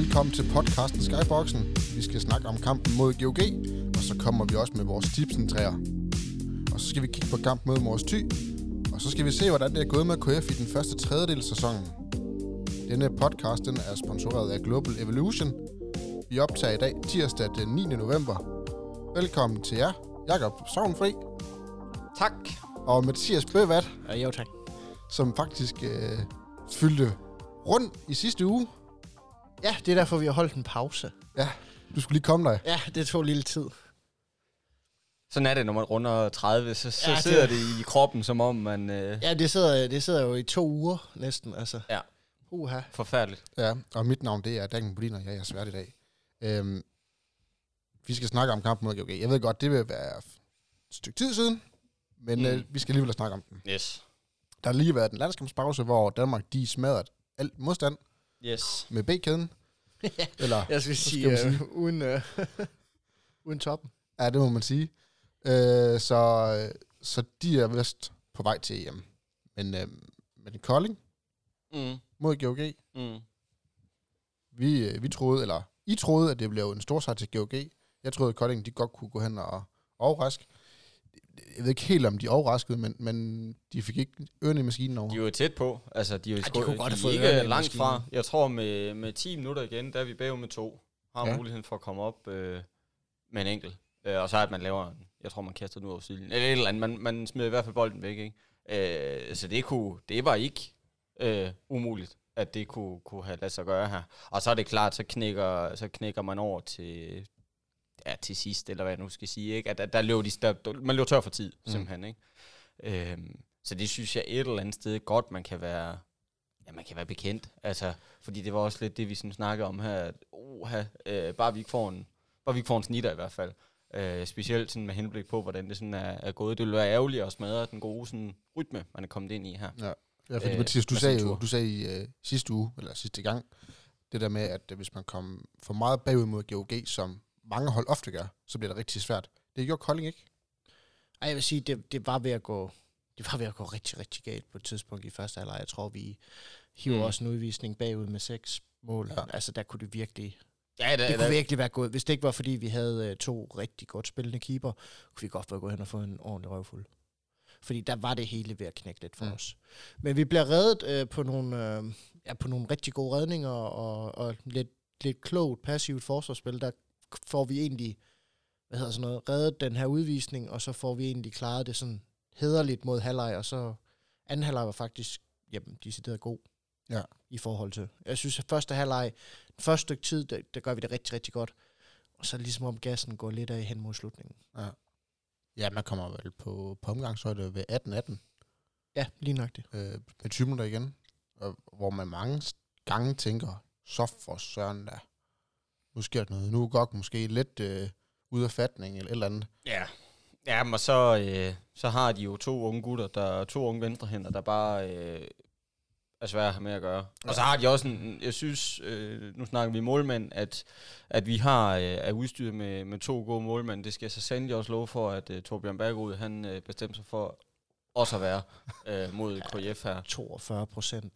Velkommen til podcasten Skyboxen. Vi skal snakke om kampen mod GOG, og så kommer vi også med vores tipsentræer. Og så skal vi kigge på kampen mod Mors Thy, og så skal vi se, hvordan det er gået med KF i den første tredjedel af sæsonen. Denne podcast den er sponsoreret af Global Evolution. Vi optager i dag tirsdag den 9. november. Velkommen til jer, Jakob Sovnfri. Tak. Og Mathias Bøvat, Jo, tak. som faktisk fyldte rundt i sidste uge. Ja, det er derfor, vi har holdt en pause. Ja, du skulle lige komme dig. Ja, det tog lille tid. Sådan er det, når man runder 30, så Ja, sidder det i kroppen, som om man... Ja, det sidder jo i 2 uger næsten, altså. Ja. Uha. Forfærdeligt. Ja, og mit navn det er Daniel Bolin, og jeg er svært i dag. Vi skal snakke om kampen mod GOG. Jeg ved godt, det vil være et stykke tid siden, men vi skal alligevel snakke om den. Yes. Der har lige været en landskampspause, hvor Danmark de smadrede alt modstand Yes. med B-kæden. Eller, Jeg skal sige, uden toppen. ja, det må man sige. Så de er vist på vej til EM. Men med Kolding mod GOG, vi troede, eller I troede, at det blev en stor sejr til GOG. Jeg troede, at Kolding de godt kunne gå hen og overraske. Jeg ved ikke helt, om de overraskede, men de fik ikke ørerne i maskinen over. De var jo tæt på. Altså, de kunne godt have fået ikke ørerne i langt maskinen. fra. Jeg tror, med 10 minutter igen, der er vi bagud med 2. Har muligheden for at komme op med en enkelt. Og så er at man laver jeg tror, man kaster den ud over siden. Eller et eller andet. Man smider i hvert fald bolden væk, ikke? Så det var ikke umuligt, at det kunne have ladet sig gøre her. Og så er det klart, så knækker man over til sidst, eller hvad jeg nu skal sige, ikke? At der løb man løb tør for tid, simpelthen, ikke? Så det synes jeg et eller andet sted godt, man kan være bekendt. Altså, fordi det var også lidt det, vi sådan snakkede om her, at bare vi ikke får en snitter i hvert fald. Specielt sådan med henblik på, hvordan det sådan er gået. Det ville være ærgerligt at smadre den gode sådan, rytme, man er kommet ind i her. Ja, fordi Mathias, du sagde i sidste uge, eller sidste gang, det der med, at hvis man kom for meget bagud mod GOG, som mange hold ofte gør, så bliver det rigtig svært. Det gjorde Kolding ikke? Ej, jeg vil sige, det var ved at gå rigtig, rigtig galt på et tidspunkt i første halvleg. Jeg tror, vi hiver også en udvisning bagud med 6 mål. Ja. Altså, der kunne det virkelig... Det kunne virkelig være gået. Hvis det ikke var, fordi vi havde 2 rigtig godt spillende keeper, kunne vi godt være gået hen og få en ordentlig røvfuld. Fordi der var det hele ved at knække lidt for os. Men vi bliver reddet på nogle rigtig gode redninger og lidt klogt, passivt forsvarsspil. Der får vi egentlig, reddet den her udvisning, og så får vi egentlig klaret det sådan hæderligt mod halvleg, og så anden halvleg var faktisk, decideret god. Ja. I forhold til. Jeg synes, at første halvleg, den første stykke tid, der gør vi det rigtig, rigtig godt. Og så ligesom om gassen går lidt af hen mod slutningen. Ja, man kommer vel på omgangshøjde ved 18-18. Ja, lige nøjagtigt. Med 20 minutter igen. Hvor man mange gange tænker, så for søren da. Nu sker der noget. Nu er godt måske lidt ude af fatning eller et eller andet. Ja. Ja, men så har de jo 2 unge gutter, 2 unge venstrehænder, der bare er svære at have med at gøre. Ja. Og så har de også jeg synes, nu snakker vi målmænd, at vi er udstyret med 2 gode målmænd. Det skal jeg så sandelig også love for, at Torbjørn Bergerud, han bestemte sig for også at være mod KF her. 42%,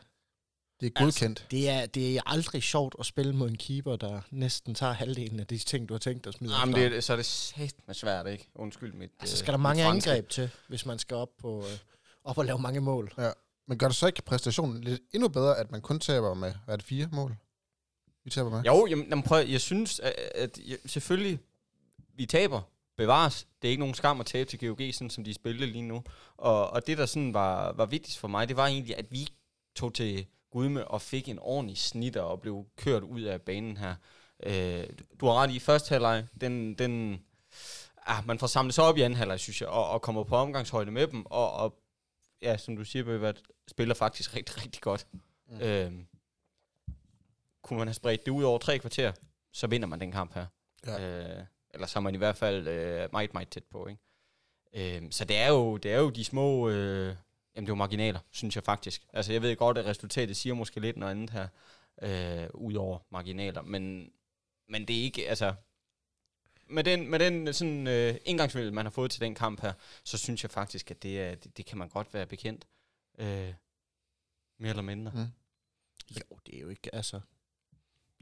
det er godkendt. Altså, det er aldrig sjovt at spille mod en keeper, der næsten tager halvdelen af de ting, du har tænkt at smide. Jamen, så er det satme svært, ikke? Undskyld mit altså, skal der mange angreb til, hvis man skal op og lave mange mål. Ja. Men gør det så ikke præstationen lidt endnu bedre, at man kun taber med, hvad er det, 4 mål? Vi taber med? Jo, jamen prøv, jeg synes, at selvfølgelig, vi taber, bevares. Det er ikke nogen skam at tabe til GOG, sådan som de spiller lige nu. Og det, der sådan var vigtigst for mig, det var egentlig, at vi tog til Gudme og fik en ordentlig snitter og blev kørt ud af banen her. Du har ret i første halvleg, man får samlet sig op i anden halvleg, synes jeg, og kommer på omgangshøjde med dem, og ja, som du siger, Bøvat, spiller faktisk rigtig, rigtig godt. Kunne man have spredt det ud over 3 kvarter, så vinder man den kamp her. Ja. Eller så er man i hvert fald meget, meget tæt på, ikke? Så det er jo de små... det er jo marginaler, synes jeg faktisk. Altså, jeg ved godt, at resultatet siger måske lidt noget andet her, ud over marginaler, men det er ikke, altså... Med den sådan indgangsvinkel, man har fået til den kamp her, så synes jeg faktisk, at det kan man godt være bekendt. Mere eller mindre. Jo, det er jo ikke, altså...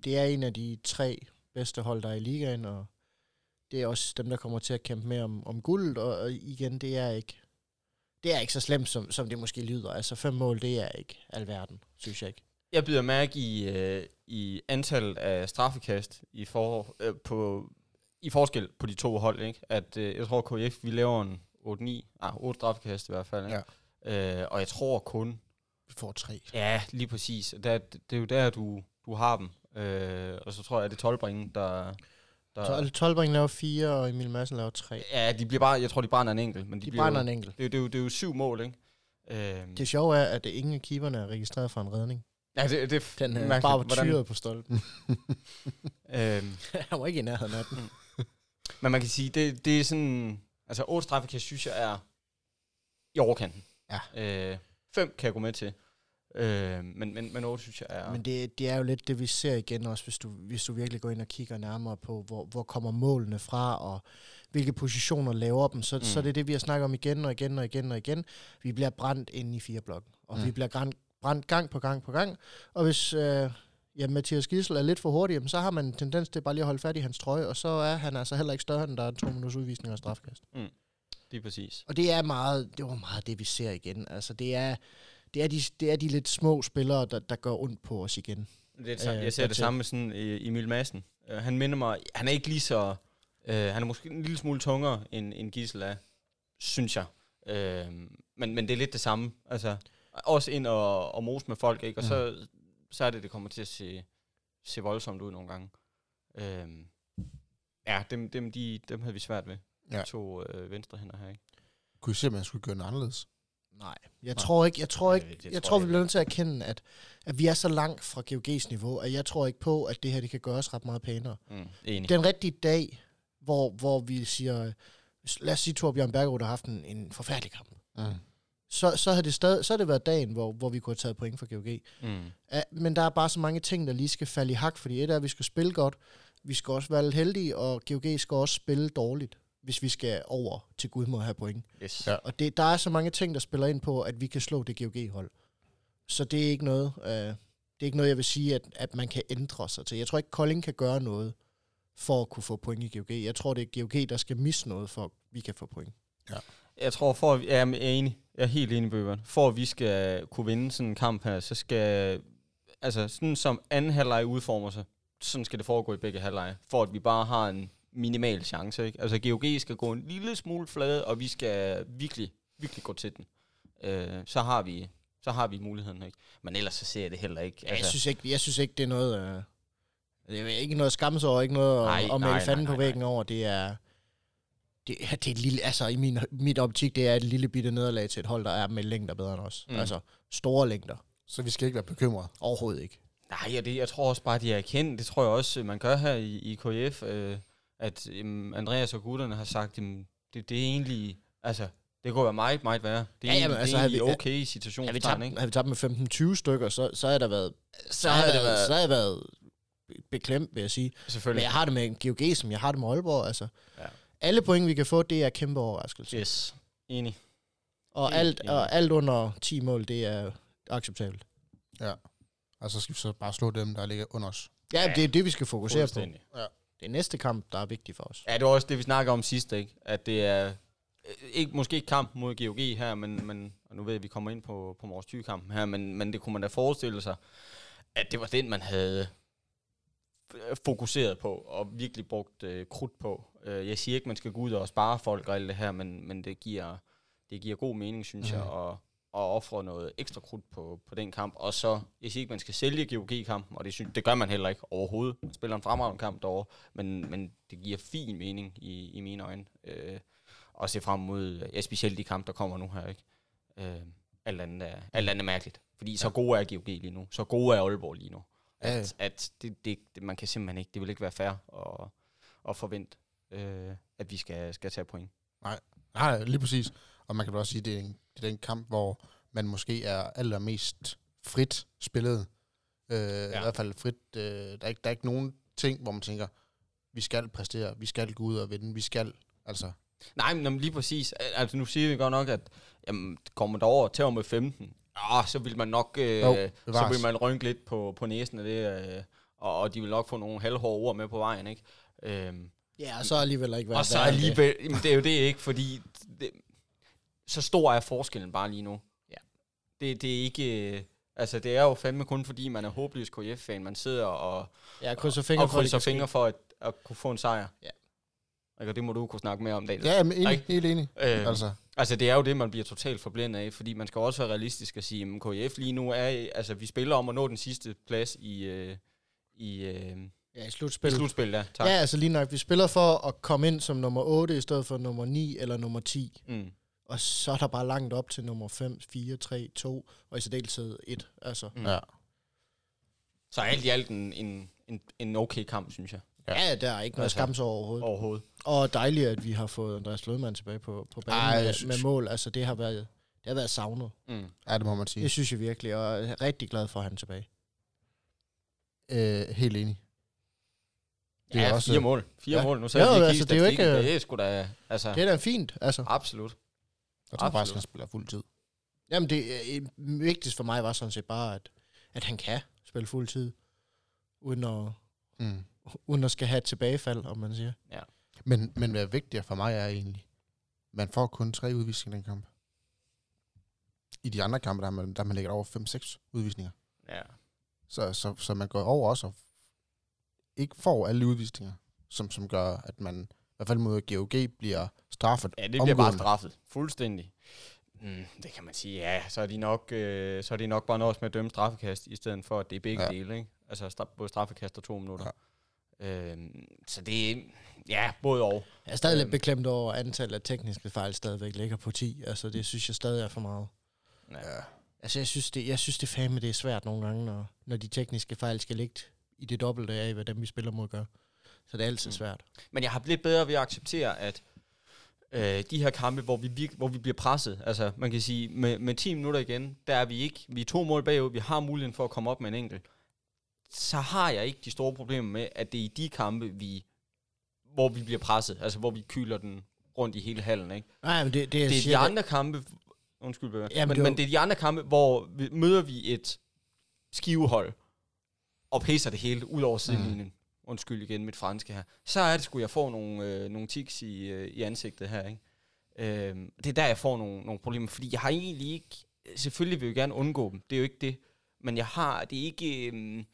det er en af de 3 bedste hold, der er i ligaen, og det er også dem, der kommer til at kæmpe mere om guldet, og igen, det er ikke så slemt, som det måske lyder. Altså 5 mål, det er ikke alverden, synes jeg ikke. Jeg byder mærke i antallet af straffekast i forskel på de 2 hold, ikke? At jeg tror, KF, vi laver en 8 straffekast i hvert fald, ikke? Ja. Og jeg tror kun... Vi får 3. Ja, lige præcis. Det er jo der, du har dem. Og så tror jeg, det er Tolbringen, der... Tolbringen laver 4, og Emil Madsen laver 3. Ja, jeg tror, de brænder en enkelt. Men de brænder en enkelt. Det er jo 7 mål, ikke? Det sjove er, at ingen af keeperne er registreret for en redning. Ja, den er bare tyret på stolpen. Han var ikke i nærheden af den. Men man kan sige, det er sådan... Altså 8 straffekast, synes jeg, er i overkanten. Ja. 5 kan jeg gå med til. Men 8 synes jeg er... Men det er jo lidt det, vi ser igen også, hvis du virkelig går ind og kigger nærmere på, hvor kommer målene fra, og hvilke positioner laver dem, så er det, vi har snakket om igen og igen og igen og igen. Vi bliver brændt inde i 4-blokken, og vi bliver brændt gang på gang på gang. Og hvis Mathias Gidsel er lidt for hurtig, så har man en tendens til bare lige at holde fat i hans trøje, og så er han altså heller ikke større, end der er 2 minutters udvisning og strafkast. Det er præcis. Og det var meget det, vi ser igen. Altså det er de lidt små spillere, der går ondt på os igen. Jeg ser det samme med sådan Emil Madsen. Han minder mig, han er ikke lige så, han er måske en lille smule tungere end Gidsel er, synes jeg. Men det er lidt det samme. Altså, også ind og mose med folk, ikke? Og så er det kommer til at se voldsomt ud nogle gange. Ja, dem havde vi svært ved. Ja. 2 venstrehænder her, ikke? Kunne I se, at man skulle gøre noget anderledes? Nej, jeg tror, vi bliver nødt til at erkende, at vi er så langt fra GOG's niveau, at jeg tror ikke på, at det her det kan gøres ret meget pænere. Enig. Den rigtige dag, hvor vi siger, lad os sige, Torbjørn Bergerud har haft en forfærdelig kamp. Så har det været dagen, hvor vi kunne have taget point for GOG. Men der er bare så mange ting, der lige skal falde i hak, fordi et er, at vi skal spille godt, vi skal også være heldige, og GOG skal også spille dårligt, hvis vi skal over til Gud må have point. Yes. Ja. Og der er så mange ting, der spiller ind på, at vi kan slå det GOG-hold. Så det er ikke noget, jeg vil sige, at man kan ændre sig til. Jeg tror ikke, Kolding kan gøre noget for at kunne få point i GOG. Jeg tror, det er GOG, der skal misse noget, for at vi kan få point. Ja. Jeg tror, jeg er enig. Jeg er helt enig, Bøberen. For at vi skal kunne vinde sådan en kamp her, så skal... Altså, sådan som anden halvleg udformer sig, sådan skal det foregå i begge halvleje. For at vi bare har en minimal chance, ikke? Altså, GOG skal gå en lille smule flade, og vi skal virkelig, virkelig gå til den. Så har vi muligheden, ikke? Men ellers så ser jeg det heller ikke. Altså, jeg synes ikke, det er noget... det er ikke noget skamme sig over, ikke noget at male fanden på væggen over. Det er et lille... Altså, i mit optik, det er et lille bitte nederlag til et hold, der er med længder bedre end os. Altså, store længder. Så vi skal ikke være bekymrede? Overhovedet ikke. Nej, jeg tror også bare, de er erkendt. Det tror jeg også, man gør her i KF. At Andreas og gutterne har sagt, det er egentlig... Altså, det kunne være meget, meget værre. Det er egentlig okay situation. Har vi tabt med 15-20 stykker, så har der været... Så har jeg været beklemt, vil jeg sige. Men jeg har det med GOG, som jeg har det med Aalborg. Altså. Ja. Alle point, vi kan få, det er kæmpe overraskelse. Yes, enig. Og alt under 10 mål, det er acceptabelt. Ja. Og så skal vi så bare slå dem, der ligger under os. Ja, det er det, vi skal fokusere på. Ja. Det er næste kamp, der er vigtig for os. Ja, det var også det, vi snakker om sidst, ikke? At det er måske ikke kamp mod GOG her, men og nu ved jeg, at vi kommer ind på Mors Thy-kampen her, men det kunne man da forestille sig, at det var den, man havde fokuseret på og virkelig brugt krudt på. Jeg siger ikke, man skal gå ud og spare folk og alt det her, men det giver god mening, synes jeg, at ofre noget ekstra krudt på den kamp. Og så, jeg siger ikke, man skal sælge GOG-kampen, og det gør man heller ikke overhovedet. Man spiller en fremragende kamp derovre, men det giver fin mening i mine øjne. Og se frem mod, specielt de kampe, der kommer nu her, ikke? Alt andet er mærkeligt. Fordi så gode er GOG lige nu. Så gode er Aalborg lige nu. At det man kan simpelthen ikke, det vil ikke være fair at forvente, at vi skal tage point. Nej, lige præcis. Og man kan også sige, det er den kamp, hvor man måske er allermest frit spillet. I hvert fald frit. Der er ikke nogen ting, hvor man tænker, vi skal præstere, vi skal gå ud og vinde, vi skal, altså... Nej, men lige præcis. Altså, nu siger vi godt nok, at kommer der over til med 15, så vil man nok så vil man rynke lidt på næsen af det, og de vil nok få nogle halvhårde ord med på vejen, ikke? Ja, og så alligevel ikke været. Og så alligevel, jamen, det er jo det ikke, fordi så stor er forskellen bare lige nu. Ja. Det er ikke... Altså, det er jo fandme kun fordi, man er håbløs KF-fan. Man sidder og krydser fingre for at kunne få en sejr. Ja. Og det må du kunne snakke mere om, Daniel. Ja, men helt enig. Altså, det er jo det, man bliver totalt forblændet af, fordi man skal også være realistisk og sige, at KF lige nu er... Altså, vi spiller om at nå den sidste plads i slutspillet. I slutspillet, ja. Tak. Ja, altså lige nok. Vi spiller for at komme ind som nummer 8, i stedet for nummer 9 eller nummer 10. Mm. Og så er der bare langt op til nummer 5, 4, 3, 2, og i særdeleshed 1. Altså. Ja. Så alt i alt en okay kamp, synes jeg. Ja, der er ikke noget skams overhovedet. Og dejligt, at vi har fået Andreas Lødman tilbage på banen med mål. Altså, det har været savnet. Mm. Ja, det må man sige. Det synes jeg virkelig, og jeg er rigtig glad for, at han er tilbage. Helt enig. Det er også 4 mål. 4 mål. Nu sagde altså, det er jo ikke... Det er sgu da... Altså, det er da fint, altså. Absolut. Jeg tror faktisk, han spiller fuld tid. Jamen, det vigtigste for mig var sådan set bare, at han kan spille fuld tid, uden at skal have et tilbagefald, om man siger. Ja. Men hvad vigtigere for mig er egentlig, man får kun 3 udvisninger i den kamp. I de andre kampe, der man lægger over 5-6 udvisninger. Ja. Så man går over også og ikke får alle udvisninger, som gør, at man i hvert fald mod GOG bliver straffet. Ja, det bliver bare straffet. Fuldstændig. Det kan man sige, ja. Så er de nok bare nøjes med at dømme straffekast, i stedet for, at det er begge dele, ikke? Altså både straffekast og 2 minutter. Ja. Så det er, både og. Jeg er stadig lidt beklemt over antallet af tekniske fejl stadigvæk ligger på 10. Altså, det synes jeg stadig er for meget. Ja. Altså, jeg synes det fandme, det er svært nogle gange, når de tekniske fejl skal ligge i det dobbelte af, hvad dem vi spiller mod gør. Så det er altid svært. Men jeg har blivet bedre ved at acceptere, at de her kampe, hvor vi bliver presset, altså man kan sige, med 10 minutter igen, der er vi ikke, vi er 2 mål bagud, vi har muligheden for at komme op med en enkelt. Så har jeg ikke de store problemer med, at det er i de kampe, hvor vi bliver presset, altså hvor vi kyler den rundt i hele hallen, ikke? Nej, men det er de andre kampe, undskyld, men det er de andre kampe, hvor møder vi et skivehold, og pisser det hele ud over sidelinjen. Undskyld igen mit franske her. Så er det sgu, jeg får nogle tics i ansigtet her, ikke? Det er der, jeg får nogle problemer, fordi jeg har egentlig ikke... Selvfølgelig vil jeg gerne undgå dem, det er jo ikke det. Men jeg har... Det er ikke...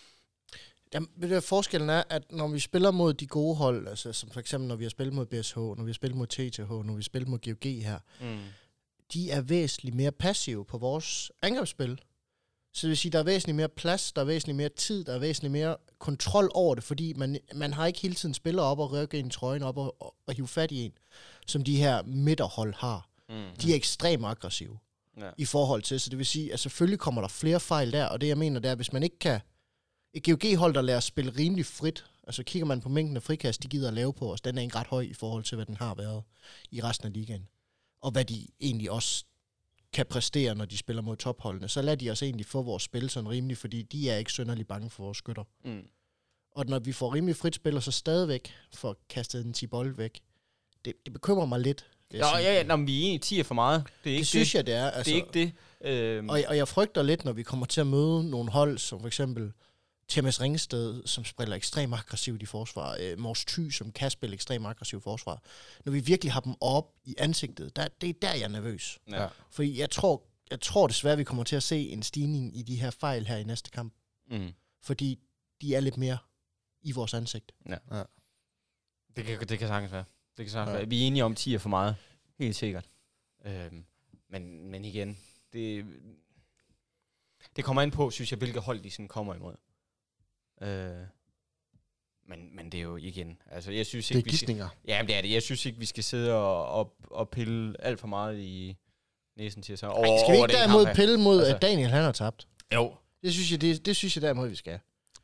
Jamen, forskellen er, at når vi spiller mod de gode hold, altså som for eksempel når vi har spillet mod BSH, når vi har spillet mod TTH, når vi har spillet mod GOG her, de er væsentligt mere passive på vores angrebsspil. Så det vil sige, der er væsentligt mere plads, der er væsentligt mere tid, der er væsentligt mere kontrol over det, fordi man har ikke hele tiden spiller op og rykker ind i trøjen op og hive fat i en, som de her midterhold har. De er ekstremt aggressive i forhold til, så det vil sige, at selvfølgelig kommer der flere fejl der, og det jeg mener, det er, hvis man ikke kan... Et GOG-hold, der lærer at spille rimelig frit, altså kigger man på mængden af frikast, de gider at lave på os, den er ikke ret høj i forhold til, hvad den har været i resten af ligaen. Og hvad de egentlig også kan præstere, når de spiller mod topholdene, så lader de os egentlig få vores spil sådan rimeligt, fordi de er ikke synderligt bange for vores skytter. Og når vi får rimelig frit spil, og så stadigvæk får kastet en 10 bold væk, det bekymrer mig lidt. Nå, men vi er enige, 10 er for meget. Det synes jeg, det er. Altså, det er ikke det. Og jeg frygter lidt, når vi kommer til at møde nogle hold, som for eksempel Thomas Ringsted, som spiller ekstremt aggressivt i forsvar. Mors Thy, som kan spille ekstremt aggressivt i forsvar. Når vi virkelig har dem op i ansigtet, det er der, jeg er nervøs. Ja. Fordi jeg tror desværre, vi kommer til at se en stigning i de her fejl her i næste kamp. Fordi de er lidt mere i vores ansigt. Ja. Det kan sagtens være. Vi er enige om 10 er for meget. Helt sikkert. Men igen, det kommer ind på, synes jeg, hvilke hold de sådan kommer imod. Men det er jo igen, altså jeg synes ikke, det er gidsninger. Ja, det er det. Jeg synes ikke, vi skal sidde og pille alt for meget i næsen til sig. Skal vi ikke derimod pille mod, altså, at Daniel han har tabt? Jo. Det synes jeg derimod, vi skal.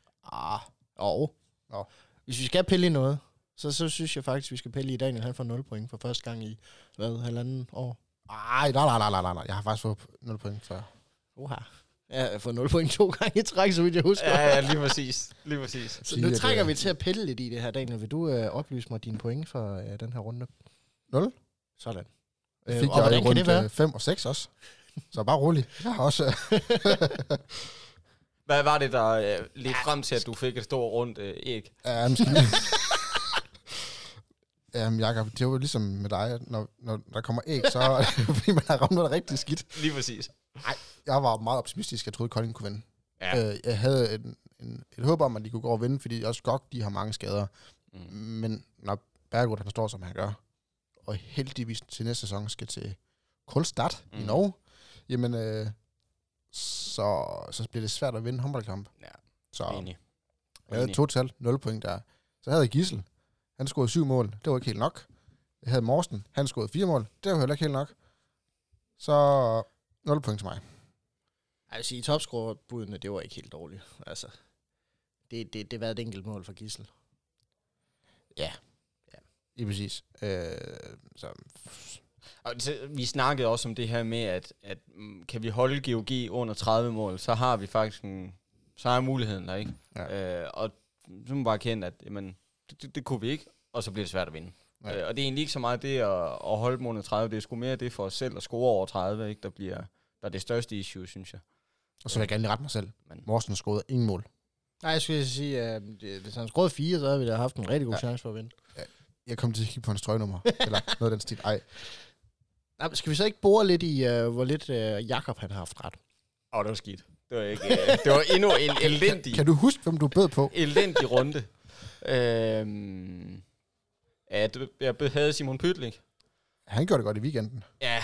Hvis vi skal pille i noget, så synes jeg faktisk, vi skal pille i Daniel. Han får 0 point for første gang i, 1,5 år. Nej. Jeg har faktisk fået 0 point før. Ja, jeg har fået 0 point 2 gange i træk, så vidt jeg husker. Ja, lige præcis. Så nu trækker vi til at pille lidt i det her, Daniel. Vil du oplyse mig dine point for den her runde? 0. Sådan. Fik jeg rundt 5 og 6 også. Så bare rolig. Jeg har også... Hvad var det, der ledte frem til, at du fik et stort rundt æg? Jakob, det er jo ligesom med dig, når der kommer æg, så er det fordi, man har ramt noget rigtig skidt. Lige præcis. Nej, jeg var meget optimistisk. Jeg troede, Kolding kunne vinde. Ja. Jeg havde et håb om, at de kunne gå og vinde, fordi også godt, de har mange skader. Men når Bergerud, han står, som han gør, og heldigvis til næste sæson skal til Kolstad i Norge, jamen, så bliver det svært at vinde håndboldkamp. Ja, så enig. Jeg havde total 0 point der. Så havde jeg Gissel. Han scorede 7 mål. Det var ikke helt nok. Jeg havde Morsten. Han scorede 4 mål. Det var heller ikke helt nok. Så 0 point til mig. Jeg vil sige, topscorerbudene, det var ikke helt dårligt. Altså, det var et enkelt mål for Gissel. Ja. I præcis. Vi snakkede også om det her med, at kan vi holde GOG under 30 mål, så har vi faktisk så er muligheden der, ikke? Ja. Og så må man bare kende, at jamen, det kunne vi ikke, og så bliver det svært at vinde. Ja. Og det er egentlig ikke så meget det at holde dem under 30, det er sgu mere det for os selv at score over 30, ikke? Der er det største issue, synes jeg. Og så vil jeg gerne lige rette mig selv. Morsen har scoret ingen mål. Nej, jeg skulle sige, at hvis han scorede 4, så havde vi da haft en rigtig god chance for at vinde. Ja. Jeg kom til at kigge på en strøgnummer, eller noget af den stil. Ej. Nej, skal vi så ikke bore lidt i, hvor lidt Jakob han har haft ret? Det var skidt. Det var ikke. Det var endnu en elendig. Kan du huske, hvem du bød på? Elendig runde. Jeg havde Simon Pytlik. Han gjorde det godt i weekenden. Ja,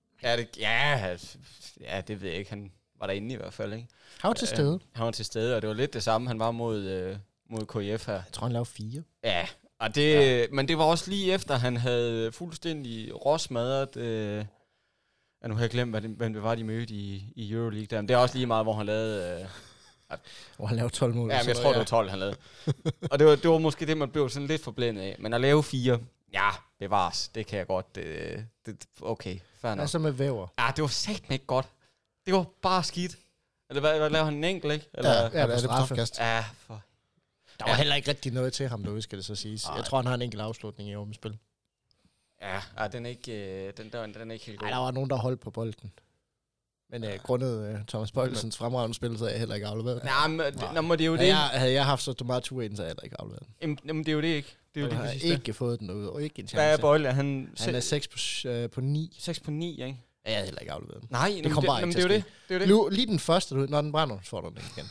det ved jeg ikke. Han var derinde i hvert fald, ikke? Han var til stede. Han var til stede, og det var lidt det samme. Han var mod KF her. Jeg tror, han lavede 4. Ja, og men det var også lige efter, han havde fuldstændig råsmadret. Nu har jeg glemt, hvem det var, de mødte i Euroleague der. Men det er også lige meget, hvor han lavede... hvor han lavede 12 mål. Ja, men jeg tror, det var 12, han lavede. Og det var måske det, man blev sådan lidt forblændet af. Men at lave 4, ja, bevares. Det kan jeg godt. Okay, fair nok. Hvad så med Væver? Ja, det var satme ikke godt. Det var bare skidt. Eller hvad lavede han en enkelt, ikke? Eller, ja, det er det strafkast. Ja, for... Der var heller ikke rigtig noget til ham derude, skal det så siges. Jeg tror, han har en enkelt afslutning i åbent spil. Ja, den er ikke, den er ikke helt god. Nej, der var nogen, der holdt på bolden. Men grundet Thomas Bøjlesens fremragende spil, så er jeg heller ikke afleveret. Nej, men det er jo det. Havde jeg haft så meget turen, så er jeg heller ikke afleveret. Jamen, det er jo det ikke. Det er jo det præcis. Jeg har ikke fået den ud, og ikke en chance. Hvad er Bøjle? Han er 6 på 9. 6 på 9, ikke? Ja, jeg havde heller ikke afleveret den. Nej, det kommer bare ikke til at ske. Det er jo det. Lige den første, når den brænder, får du den igen.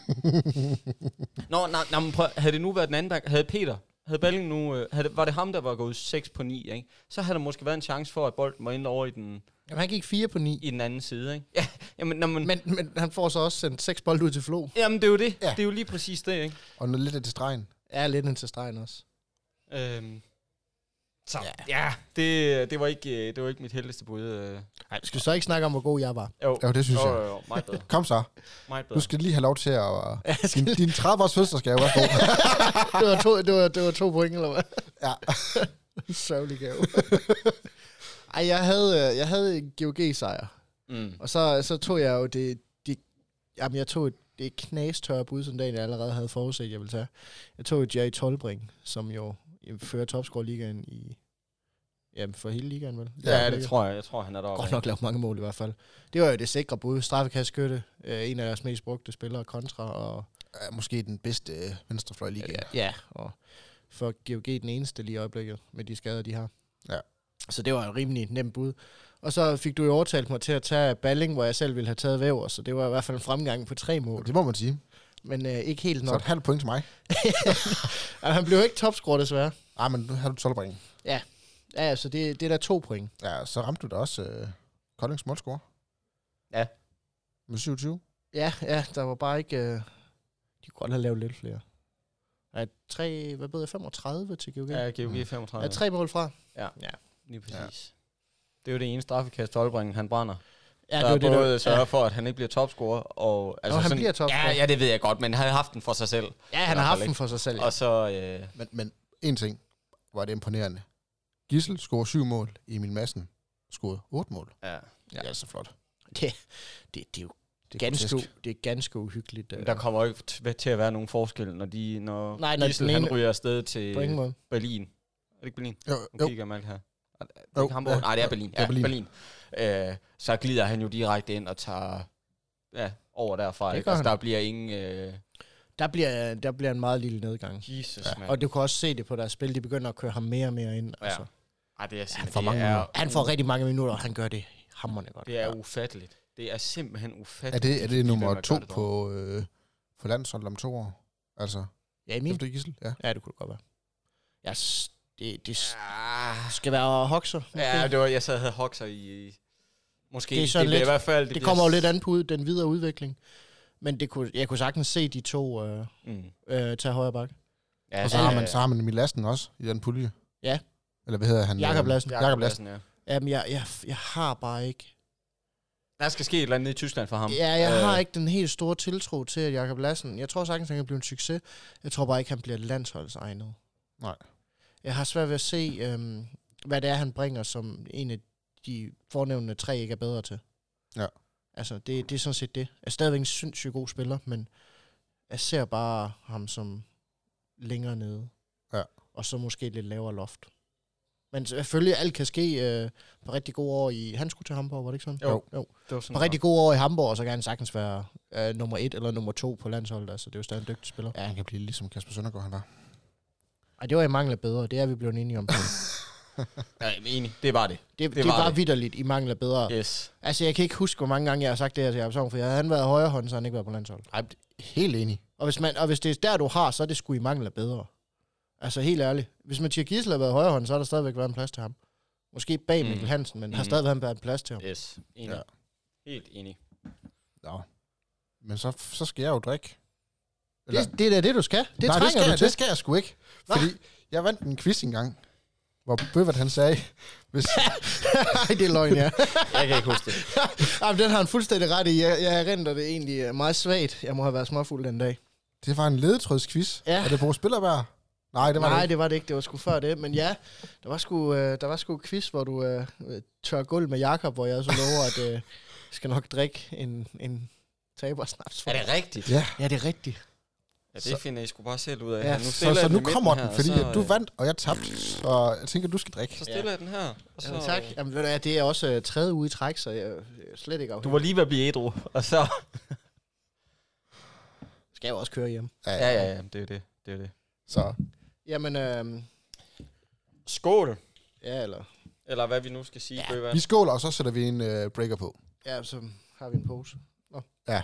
Havde det nu været den anden, der havde Peter, havde Balling nu, var det ham, der var gået 6 på 9, ikke? Så havde der måske været en chance for, at bolden var inde over i den... Jamen, han gik 4 på 9. I den anden side, ikke? Ja, jamen, men han får så også sendt 6 bolde ud til Flo. Jamen, det er jo det. Ja. Det er jo lige præcis det, ikke? Og noget lidt af til stregen. Ja, lidt ind til stregen også. Så ja, det var ikke mit heldigste bud. Nej, skal vi så ikke snakke om, hvor god jeg var? Jo, det synes jeg. Jo, meget bedre. Kom så. Meget bedre. Du skal lige have lov til at... Din 30-års fødselsdagsgave, værsgo. det var 2 point, eller hvad? Ja. Sørgelig gave. Ej, jeg havde en GOG-sejr. Og så tog jeg jo jeg tog det knastørre bud, som Daniel allerede havde forudset, jeg ville tage. Jeg tog Jerry Tolbring, som jo fører topscore-ligaen for hele ligaen, vel? Ja, det tror jeg. Jeg tror, han er deroppe. Godt nok lavet mange mål i hvert fald. Det var jo det sikre bud. Straffekastskytte, en af deres mest brugte spillere, kontra og... måske den bedste venstrefløj i ligaen. Ja, og for GOG den eneste lige i øjeblikket, med de skader, de har. Ja. Så det var et rimelig nemt bud. Og så fik du jo overtalt mig til at tage Balling, hvor jeg selv ville have taget Væver, så det var i hvert fald en fremgang på 3 mål. Det må man sige. Men ikke helt nok. Så et halvt point til mig. Han blev ikke topscorer, desværre. Nej, men nu har du 12 point. Ja, så det er der 2 point. Ja, så ramte du da også Koldings målscore. Ja. Med 27. Ja, der var bare ikke... de kunne godt have lavet lidt flere. 35 til GOG? Ja, GOG 35. 3 mål fra? Ja, lige præcis. Ja. Det er jo det ene straffekast, Tolbring, han brænder. Ja, så det er både sørger for, at han ikke bliver topscorer. Og han sådan, bliver topscorer. Ja, det ved jeg godt, men han har haft den for sig selv. Ja, han har haft den for sig selv. Ja. Og så... Men en ting var det imponerende. Gissel scorede 7 mål. Emil Madsen scorede 8 mål. Ja. Det er så flot. Det er jo ganske uhyggeligt. Der kommer jo ikke til at være nogen forskel, når Gissel han ryger afsted til Berlin. Er det ikke Berlin? Jo. Kigger man her. Nej, det er Berlin. Ja, Berlin. Så glider han jo direkte ind og tager over derfra. Det Ikke? gør Altså, han. der bliver ingen... Der bliver en meget lille nedgang. Jesus, mand. Og du kan også se det på deres spil. De begynder at køre ham mere og mere ind. Ja. Altså. Ej, det er simpelthen... får mange minutter. Han får rigtig mange minutter, og han gør det hamrende godt. Det er ufatteligt. Det er simpelthen ufatteligt. Er det nummer 2 på landsholdet om 2 år? Altså, Ja, i min. efter Gissel? Ja. Ja, det kunne det godt være. Ja, det skal være Hoxer. Ja, det var, jeg sad og havde Hoxer i måske. Det er sådan bliver lidt- i hvert fald... Det kommer jo lidt an på den videre udvikling. Men jeg kunne sagtens se de to tage højre bak. Ja, Og så har man Emil Lassen også i den pulje. Ja. Eller hvad hedder han? Jakob Lassen. Jakob Lassen. ja. Jamen, jeg har bare ikke... Der skal ske et eller andet i Tyskland for ham. Ja, jeg har ikke den helt store tiltro til, at Jakob Lassen... Jeg tror sagtens, han kan blive en succes. Jeg tror bare ikke, han bliver landsholdsegnet. Nej. Jeg har svært ved at se, hvad det er, han bringer, som en af de fornævnende 3 ikke er bedre til. Ja. Altså, det er sådan set det. Jeg er stadigvæk en sindssygt god spiller, men jeg ser bare ham som længere nede. Ja. Og så måske lidt lavere loft. Men selvfølgelig, alt kan ske på rigtig gode år i... Han skulle til Hamburg, var det ikke sådan? Jo. Jo. Det var sådan På rigtig gode år i Hamburg, og så kan han sagtens være nummer 1 eller nummer 2 på landsholdet. Altså, det er jo stadig en dygtig spiller. Ja, han kan blive ligesom Kasper Søndergaard, han var. Ej, det var i mangel af bedre. Det er vi blevet enige om. Ja, enig. Det var det. Det var vitterligt i mangel af bedre. Yes. Altså, jeg kan ikke huske, hvor mange gange jeg har sagt det her til Jakob Sogn, for havde han været højre hånd, så han ikke været på landsholdet. Ej, helt enig. Og hvis det er der, du har, så er det sgu i mangel af bedre. Altså, helt ærligt. Hvis Mathias Gissel havde været højre hånd, så har der stadigvæk været en plads til ham. Måske bag Mikkel Hansen, men har stadig været en plads til ham. Yes. Enig. Ja. Helt enig. Nå. Men så skal jeg jo drikke. Det er da det, du skal. Det Nej, trænger du til. det skal jeg sgu ikke. Fordi jeg vandt en quiz engang, hvor Bøvert han sagde, hvis... Nej, det er løgn, ja. Jeg kan ikke huske det. Jamen, den har han fuldstændig ret i. Jeg erindrer det egentlig meget svagt. Jeg må have været småfuld den dag. Det var en ledetrådsquiz. Ja. Er det på spillerbær? Nej, det var det ikke. det var det ikke. Det var sgu før det. Men ja, der var sgu quiz, hvor du tør gulv med Jakob, hvor jeg så lover, at jeg skal nok drikke en tabersnaps. Er det rigtigt? Ja. Ja, det er rigtigt. Ja, det finder I sgu bare selv ud af. Ja, Nu Så stiller jeg nu den i kommer midten den, her, fordi så, du vandt, og jeg tabte. Så jeg tænker, du skal drikke. Så stiller jeg den her. Og så, Ja, tak. Jamen, ved du, det er også 3. uge i træk, så jeg er slet ikke afhængig. Du var lige ved at blive ædru, og så... Skal jeg jo også køre hjem. Ja, det er det. Så Jamen, Skål. ja, Eller hvad vi nu skal sige, Ja. vi skåler, og så sætter vi en breaker på. ja, så har vi en pose. Ja.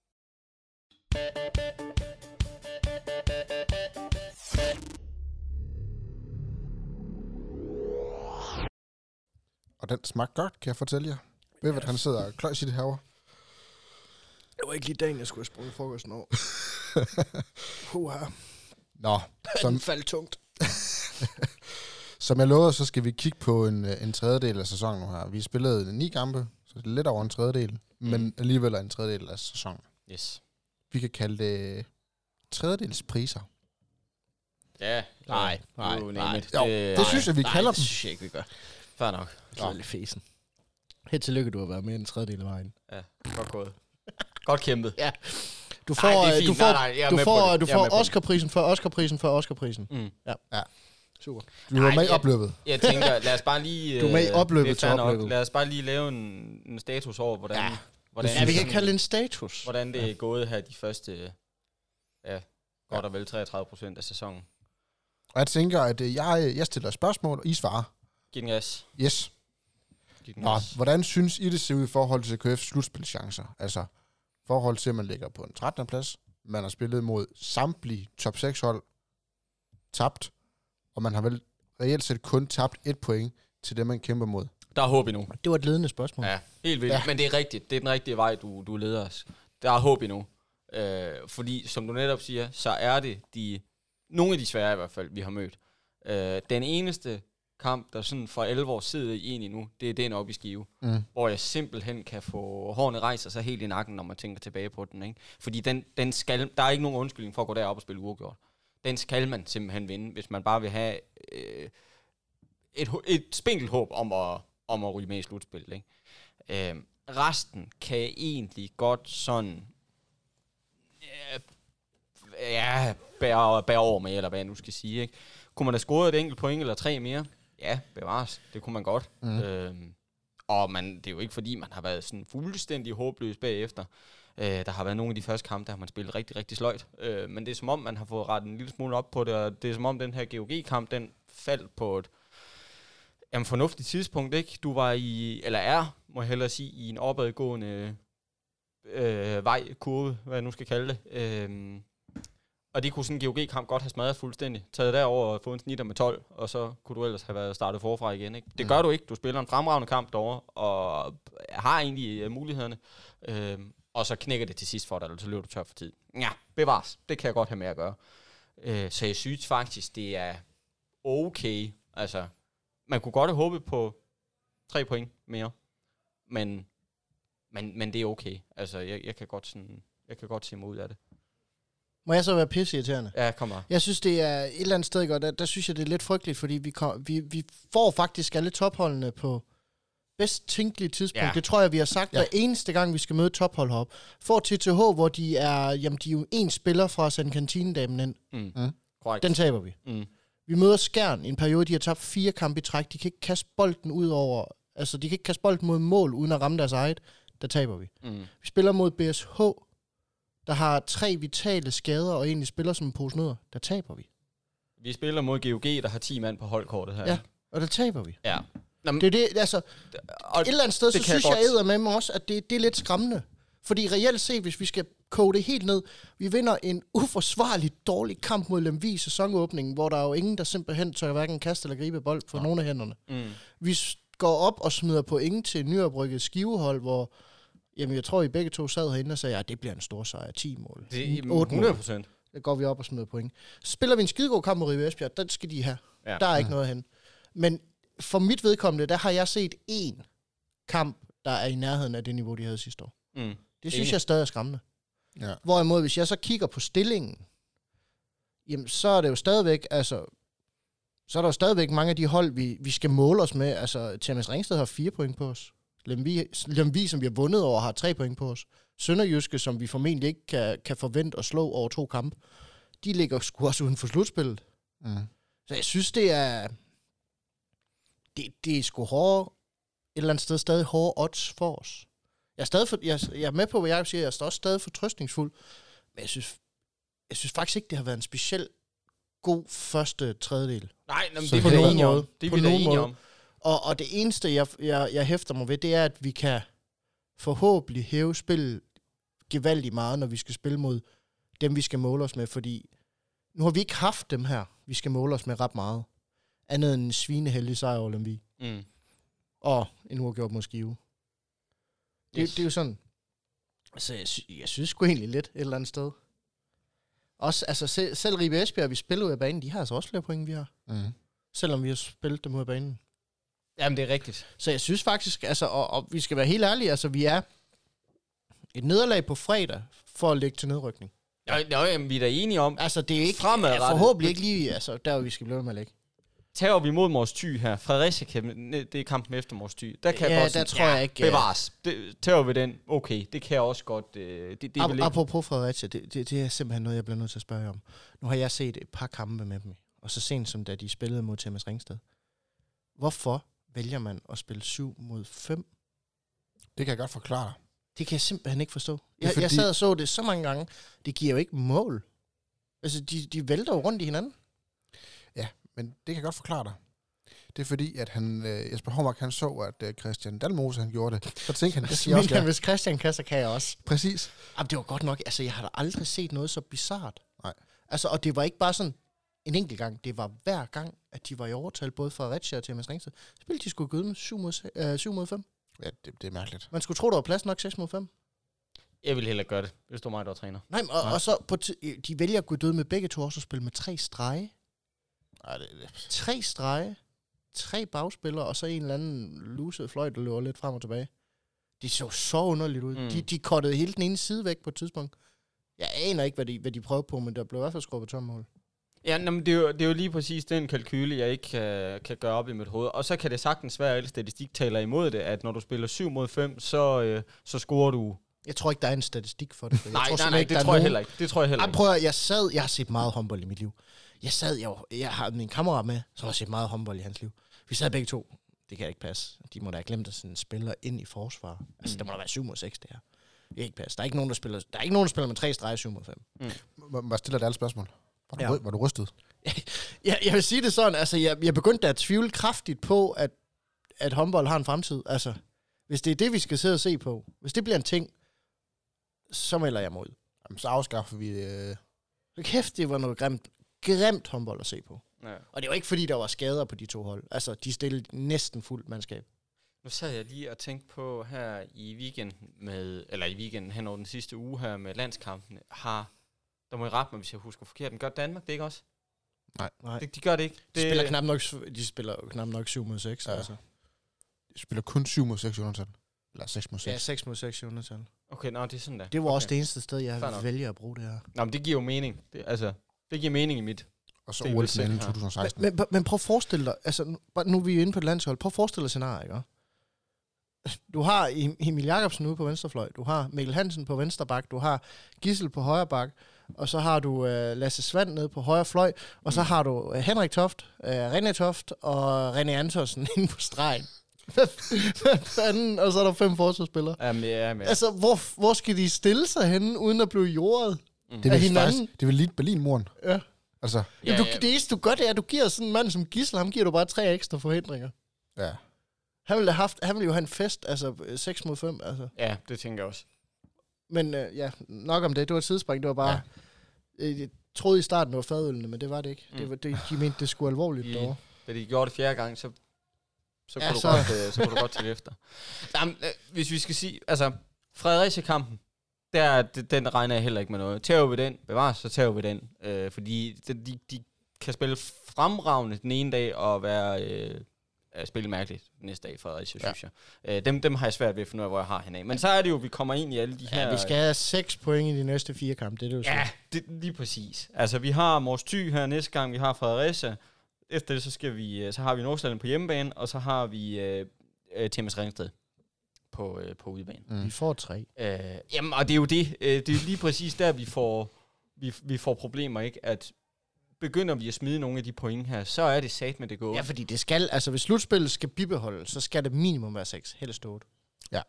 Og den smagte godt, kan jeg fortælle jer. Bøvert, han sidder og kløjs i det herovre. Det var ikke lige dagen, jeg skulle have sprunget frokosten over. Huha. Nå, Den faldt tungt. som jeg lovede, så skal vi kigge på en tredjedel af sæsonen nu her. Vi spillede 9 kampe, så det er lidt over en tredjedel, men alligevel er en tredjedel af sæsonen. Yes. Vi kan kalde det tredjedelspriser. Ja. Nej. Jo, Det synes jeg, vi kalder det dem. synes jeg ikke, vi gør. Fair nok. Det er lidt fesen. Helt tillykke, du har været med en tredjedel af vejen. Ja, godt gået. Godt kæmpet. Ja. Du får, Nej, det er fint. Jeg er med på det. du Jeg er med får på Oscar-prisen for Oscar-prisen for Oscar-prisen. Mm. Ja. Super. Du var med i jeg- opløbet. Jeg tænker, lad os bare lige... Du er med i opløbet det er fair til nok. opløbet. Lad os bare lige lave en status over, hvordan, Ja. hvordan, Ja, vi kan kalde det en status. hvordan det er gået her de første, godt og vel 33% af sæsonen. Og jeg tænker, at jeg stiller spørgsmål, og I svarer. Giv den gas. Yes. Giv den Nå, gas. hvordan synes I, det ser ud i forhold til KF's slutspilchancer? Altså, i forhold til, at man ligger på en 13. plads, man har spillet mod samtlige top 6 hold, tabt, og man har vel reelt set kun tabt 1 point til dem, man kæmper mod. Der er håb endnu. Det var et ledende spørgsmål. Ja, helt vildt. Ja. Ja. Men det er rigtigt. Det er den rigtige vej, du leder os. Der er håb endnu. Fordi, som du netop siger, så er det nogle af de svære i hvert fald, vi har mødt. Den eneste kamp, der sådan for 11 år sidder i en endnu, det er den oppe i Skive. Mm. Hvor jeg simpelthen kan få hårene rejser sig helt i nakken, når man tænker tilbage på den. Ikke? Fordi den skal, der er ikke nogen undskyldning for at gå derop og spille uafgjort. Den skal man simpelthen vinde, hvis man bare vil have et spinkelt håb om at ryge med i slutspillet. Ikke? Resten kan egentlig godt sådan bære over med, eller hvad jeg nu skal sige. Ikke? Kunne man da score et enkelt point eller 3 mere? Ja, bevares. Det kunne man godt. Og det er jo ikke fordi, man har været sådan fuldstændig håbløs bagefter. Der har været nogle af de første kampe, der har man spillet rigtig, rigtig sløjt. Men det er som om, man har fået rettet en lille smule op på det, og det er som om, den her GOG-kamp, den faldt på et fornuftigt tidspunkt, ikke? Du var må jeg hellere sige, i en opadgående vejkurve, hvad jeg nu skal kalde det. Og det kunne sådan en GOG-kamp godt have smadret fuldstændig. Taget derover og fået en snitter med 12, og så kunne du ellers have været startet forfra igen, ikke? Det gør du ikke. Du spiller en fremragende kamp derovre, og har egentlig mulighederne. Og så knækker det til sidst for dig, eller så løber du tør for tid. Ja, bevares. Det kan jeg godt have med at gøre. Så jeg synes faktisk, det er okay. Altså, man kunne godt have håbet på 3 point mere. Men det er okay. Altså, jeg kan godt se mig ud af det. Må jeg så være pisseirriterende? Ja, kom bare. Jeg synes, det er et eller andet sted godt. Der synes jeg, det er lidt frygteligt, fordi vi får faktisk alle topholdene på bedst tænkelige tidspunkt. Ja. Det tror jeg, vi har sagt hver eneste gang, vi skal møde tophold heroppe. Får TTH, hvor de er jo en spiller fra at sende kantinedamen ind. Den taber vi. Vi møder Skjern i en periode, de har tabt 4 kampe i træk. De kan ikke kaste bolden ud over... Altså, de kan ikke kaste bolden mod mål, uden at ramme deres eget. Der taber vi. Vi spiller mod BSH, der har 3 vitale skader, og egentlig spiller som en pose nødder. Der taber vi. Vi spiller mod GOG, der har 10 mand på holdkortet her. Ja, og der taber vi. Ja. Det er det, altså... Et eller andet sted, så synes jeg med mig også, at det er lidt skræmmende. Fordi reelt set, hvis vi skal koge det helt ned, vi vinder en uforsvarligt dårlig kamp mod Lemvig i sæsonåbningen, hvor der er jo ingen, der simpelthen tør hverken kaste eller gribe bold for nogle af hænderne. Vi går op og smider point til nyoprykket Skivehold, hvor jeg tror, I begge to sad herinde og sagde, at det bliver en stor sejr. 10 mål. 100%. Der går vi op og smider point. Så spiller vi en skidegod kamp mod Ribe Esbjerg, den skal de have. Ja. Der er ikke noget hen. Men for mit vedkommende, der har jeg set 1 kamp, der er i nærheden af det niveau, de havde sidste år. Det synes jeg stadig er skræmmende. Ja. Hvorimod, hvis jeg så kigger på stillingen, jamen, så er det jo stadigvæk, så er der jo stadigvæk mange af de hold, vi skal måle os med. Altså, Thomas Ringsted har 4 point på os. Lemvig, som vi har vundet over, har 3 point på os. Sønderjyske, som vi formentlig ikke kan forvente at slå over 2 kampe, de ligger sgu også uden for slutspillet. Så jeg synes, det er sgu hårde, et eller andet sted stadig hårde odds for os. Jeg er med på, hvad jeg siger, jeg er også stadig fortrøstningsfuld, men jeg synes faktisk ikke, det har været en speciel god første tredjedel. Nej, det er vi enige om. Det er vi enige om. Og det eneste, jeg hæfter mig ved, det er, at vi kan forhåbentlig hæve spillet gevaldigt meget, når vi skal spille mod dem, vi skal måle os med, fordi nu har vi ikke haft dem her, vi skal måle os med ret meget. Andet end en svineheldig sejr over Lemvig. Og en uafgjort mod Skive. Det er jo sådan. Altså, jeg synes sgu egentlig lidt et eller andet sted. Også, altså, selv Ribe Esbjerg, vi spiller ud af banen, de har altså også flere point, vi har. Selvom vi har spillet dem ud af banen. Jamen, det er rigtigt. Så jeg synes faktisk, altså, og vi skal være helt ærlige, altså, vi er et nederlag på fredag for at lægge til nedrykning. Jamen, vi er da enige om. Altså, det er ikke forhåbentlig ikke lige, altså, der vi skal blive med at lægge. Tager vi mod Mors Thy her. Fredericia, det er kampen efter Mors Thy. Der kan jeg godt der tror jeg ikke... Bevares. Tager vi den, okay, det kan jeg også godt... Apropos Fredericia, det er simpelthen noget, jeg bliver nødt til at spørge om. Nu har jeg set et par kampe med dem, og så sent som da de spillede mod Thomas Ringsted. Hvorfor vælger man at spille 7 mod 5? Det kan jeg godt forklare dig. Det kan jeg simpelthen ikke forstå. Jeg sad og så det så mange gange. Det giver jo ikke mål. Altså, de vælter jo rundt i hinanden. Ja, men det kan jeg godt forklare dig. Det er fordi, at Jesper Hormark, han så, at Christian Dalmose, han gjorde det. Så tænkte han, det siger også, hvis Christian kan, så kan jeg også. Præcis. Jamen, det var godt nok. Altså, jeg har da aldrig set noget så bizart. Nej. Altså, og det var ikke bare sådan en enkelt gang. Det var hver gang, at de var i overtal, både Fredericia og Thomas Ringsted. Spillede de skulle gå ud med 7 mod 5. Ja, det er mærkeligt. Man skulle tro, der var plads nok 6 mod 5. Jeg vil hellere gøre det, hvis du var mig, der var træner. Nej, og så de vælger at gå død med begge to, og så spille med 3 strege. Nej, det 3 strege, 3 bagspillere, og så en eller anden luset fløjt, der løber lidt frem og tilbage. Det så underligt ud. De kottede hele den ene side væk på et tidspunkt. Jeg aner ikke, hvad de prøvede på, men der blev i hvert fald skruet på tommål. Ja, men det er jo lige præcis den kalkyle, jeg ikke kan gøre op i mit hoved. Og så kan det sagtens være, at alle statistik taler imod det, at når du spiller 7 mod 5, så scorer du... Jeg tror ikke, der er en statistik for det. Nej, det tror jeg heller ikke. Det tror jeg heller ikke. Prøv at, jeg har set meget håndbold i mit liv. Jeg har min kammerat med, som har set meget håndbold i hans liv. Vi sad begge to. Det kan ikke passe. De må da have glemt at sådan spiller ind i forsvar. Altså, der må da være 7 mod 6, det her. Det er ikke pas. Der er ikke nogen, der spiller med 3 streger 7/5. Hvad stiller det alle spørgsmål? Var du rystet? Jeg vil sige det sådan, altså jeg begyndte at tvivle kraftigt på, at håndbold har en fremtid. Altså, hvis det er det, vi skal sidde og se på, hvis det bliver en ting, så melder jeg mig ud. Jamen, så afskaffer vi... Kæft, det var noget grimt håndbold at se på. Ja. Og det var ikke, fordi der var skader på de 2 hold. Altså, de stillede næsten fuldt mandskab. Nu sad jeg lige og tænkte på her i weekenden hen over den sidste uge her med landskampene, der må I rette mig, hvis jeg husker forkert, men gør Danmark det ikke også? Nej. De gør det ikke. De spiller knap nok 7/6. Ja. Altså. De spiller kun 7/6 undertal. Eller 6/6. Ja, 6/6 undertal. Okay, det er sådan der. Det var også det eneste sted, jeg vælger at bruge det her. Nå, men det giver jo mening. Det giver mening i mit. Og så OL-finalen 2016. Men prøv at forestille dig, altså nu er vi jo inde på et landshold, prøv at forestille dig scenariet, ikke? Du har Emil Jacobsen ude på venstrefløj, du har Mikkel Hansen på venstre bak, du har Gissel på højre bak, og så har du Lasse Svand nede på højre fløj, og så har du Henrik Toft, René Toft og René Antonsen inde på stregen. Hvad fanden? Og så er der 5 forsvarsspillere. Jamen. Altså, hvor skal de stille sig henne, uden at blive jordet af hinanden? Det vil lige Berlin-muren. Ja. Altså. Ja. Det eneste, du gør, det er, at du giver sådan en mand som Gissel, ham giver du bare 3 ekstra forhindringer. Ja. Han ville jo have en fest, altså 6/5, altså. Ja, det tænker jeg også. Men nok om det. Det var et tidsspring. Det var bare... Ja. Jeg troede i starten, det var fadølene, men det var det ikke. De mente, det skulle alvorligt derovre. Da de gjorde det 4. gang, så kunne du godt til efter. Jamen, hvis vi skal sige... Altså, Fredericia-kampen, den regner jeg heller ikke med noget. Tager vi den, bevares, så tager vi den. Fordi de kan spille fremragende den ene dag og være... spille mærkeligt næste dag i Fredericia, synes jeg. Dem har jeg svært ved at finde ud af, hvor jeg har hende af. Men så er det jo, vi kommer ind i alle de her... Ja, vi skal have 6 point i de næste 4 kampe, det er det jo så. Ja, lige præcis. Altså, vi har Mors Thy her næste gang, vi har Fredericia. Efter det, så har vi Nordsjælland på hjemmebane, og så har vi Thomas Ringsted på udebane. Vi får 3. Jamen, og det er jo det. Det er lige præcis der, vi får problemer, ikke? At begynder vi at smide nogle af de point her, så er det sat med det gå. Ja, fordi det skal, altså hvis slutspillet skal bibeholdes, så skal det minimum være 6, helst 8. Ja.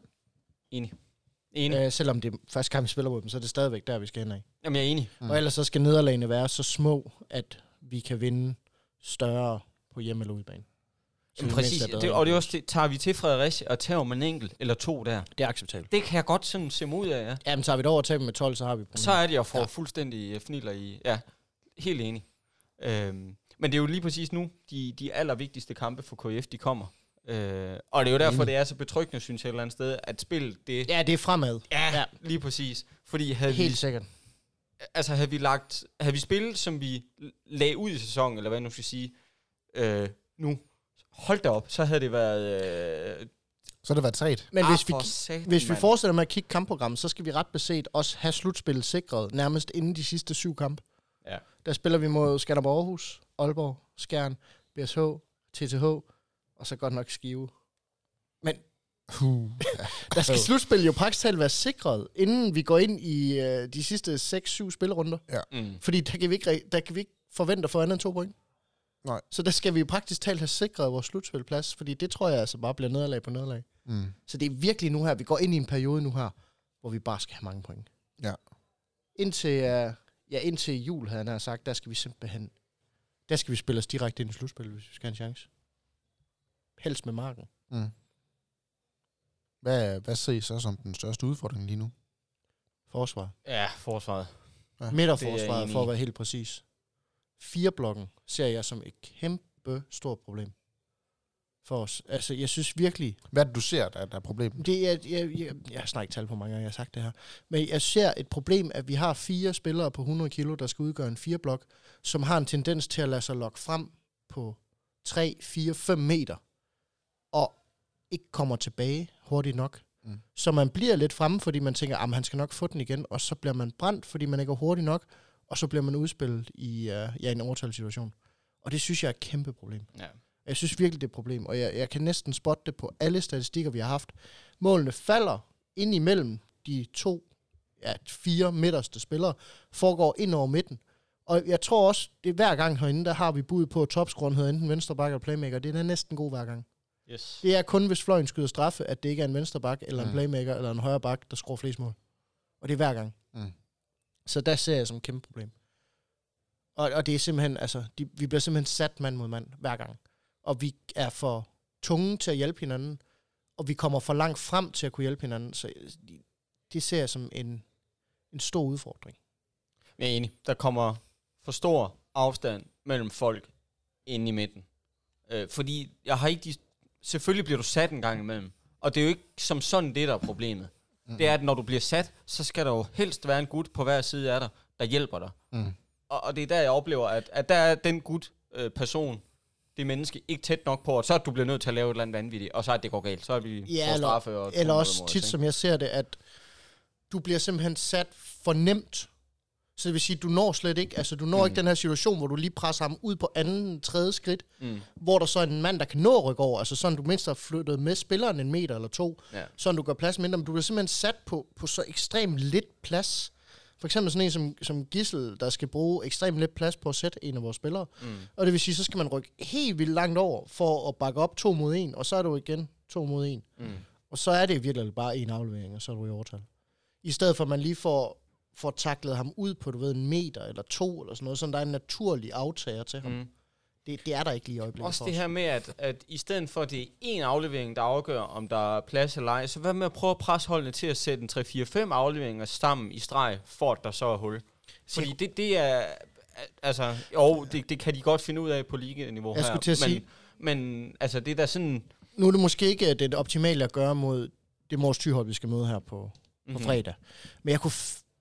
Enig. Selvom det første kamp, vi spiller mod dem, så er det stadigvæk der, vi skal hen af. Jamen, jeg er enig. Og ellers så skal nederlagene være så små, at vi kan vinde større på hjemme- eller udebane. Jamen, præcis. Og det er også det, tager vi til Fredericia og tager man en enkelt eller 2 der. Det er acceptabelt. Det kan jeg godt sådan se mod af, ja. Jamen, tager vi det over og tager dem med 12, så har vi problemer. Så er det, jeg får fuldstændig fniler i. Ja, helt enig. Men det er jo lige præcis nu, de allervigtigste kampe for KF, de kommer. Og det er jo derfor, det er så betryggende, synes jeg, et eller andet sted, at spillet det... Ja, det er fremad. Ja, lige præcis. Fordi helt sikkert. Altså, havde vi spillet, som vi lagde ud i sæsonen, eller hvad jeg nu skal sige, nu, hold da op, så havde det været... Så har det været træt. Men hvis vi fortsætter med at kigge kampprogrammet, så skal vi ret beset også have slutspillet sikret, nærmest inden de sidste 7 kampe. Ja. Der spiller vi mod Skanderborg Aarhus, Aalborg, Skjern, BSH, TTH, og så godt nok Skive. Men der skal slutspillet jo praktisk talt være sikret, inden vi går ind i de sidste 6-7 spillerunder. Ja. Fordi der kan vi ikke forvente at få andet end 2 point. Nej. Så der skal vi jo praktisk talt have sikret vores slutspilplads, fordi det tror jeg altså bare bliver nederlag på nederlag. Så det er virkelig nu her, vi går ind i en periode nu her, hvor vi bare skal have mange point. Ja. Indtil jul, havde han sagt, der skal vi simpelthen... Der skal vi spille os direkte ind i slutspillet, hvis vi skal have en chance. Helst med marken. Hvad ser I så som den største udfordring lige nu? Forsvar. Ja, forsvaret. Ja. Midterforsvaret, for at være helt præcis. 4-blokken ser jeg som et kæmpe stort problem for os. Altså, jeg synes virkelig... Hvad er det, du ser, der er problemet? Jeg har snart ikke talt på mange gange, jeg har sagt det her. Men jeg ser et problem, at vi har 4 spillere på 100 kilo, der skal udgøre en 4-blok, som har en tendens til at lade sig lokke frem på 3, 4, 5 meter, og ikke kommer tilbage hurtigt nok. Så man bliver lidt fremme, fordi man tænker, at han skal nok få den igen, og så bliver man brændt, fordi man ikke er hurtig nok, og så bliver man udspillet i en overtalssituation. Og det synes jeg er et kæmpe problem. Ja. Jeg synes virkelig, det er et problem, og jeg kan næsten spotte det på alle statistikker, vi har haft. Målene falder ind imellem de 4 midterste spillere, foregår ind over midten. Og jeg tror også, det er hver gang herinde, der har vi bud på, at topscoren hedder enten venstreback eller playmaker. Det er næsten god hver gang. Yes. Det er kun, hvis fløjen skyder straffe, at det ikke er en venstreback, eller en playmaker, eller en højre back, der scorer flest mål. Og det er hver gang. Mm. Så der ser jeg som et kæmpe problem. Og det er simpelthen, altså, vi bliver simpelthen sat mand mod mand hver gang. Og vi er for tunge til at hjælpe hinanden, og vi kommer for langt frem til at kunne hjælpe hinanden. Så det ser jeg som en stor udfordring. Jeg er enig. Der kommer for stor afstand mellem folk inde i midten. Fordi jeg har ikke selvfølgelig bliver du sat en gang imellem. Og det er jo ikke som sådan det, der er problemet. Mm. Det er, at når du bliver sat, så skal der jo helst være en gut på hver side af dig, der hjælper dig. Mm. Og det er der, jeg oplever, at der er den gut, person, det menneske, ikke tæt nok på, og så at du bliver nødt til at lave et eller andet vanvittigt, og så at det går galt. Så er vi får straffe. Og eller også tit, som jeg ser det, at du bliver simpelthen sat for nemt. Så det vil sige, at du når slet ikke, altså du når ikke den her situation, hvor du lige presser ham ud på anden, tredje skridt, hvor der så er en mand, der kan nå at rykke over, altså sådan du mindst har flyttet med spilleren 1 meter eller 2, sådan du gør plads mindre, men du bliver simpelthen sat på så ekstremt lidt plads. For eksempel sådan en som Gissel, der skal bruge ekstremt lidt plads på at sætte en af vores spillere. Og det vil sige, så skal man rykke helt vildt langt over for at bakke op 2 mod 1, og så er du igen 2 mod 1. Og så er det virkelig bare en aflevering, og så er du i overtal. I stedet for, at man lige får taklet ham ud på, 1 meter eller 2, eller sådan noget, så der er en naturlig aftager til ham. Det er der ikke lige i øjeblikket. Også det her med, at i stedet for, at det er en aflevering, der afgør, om der er plads eller ej, så hvad med at prøve at presse holdene til at sætte en 3-4-5 afleveringer sammen i streg, for at der så er hul. Fordi det er... Altså, jo, det kan de godt finde ud af på liganiveau her. Jeg skulle til at sige... Men altså, det er da sådan... Nu er det måske ikke det optimale at gøre mod det Mors Thyhold, vi skal møde her på fredag. Men jeg kunne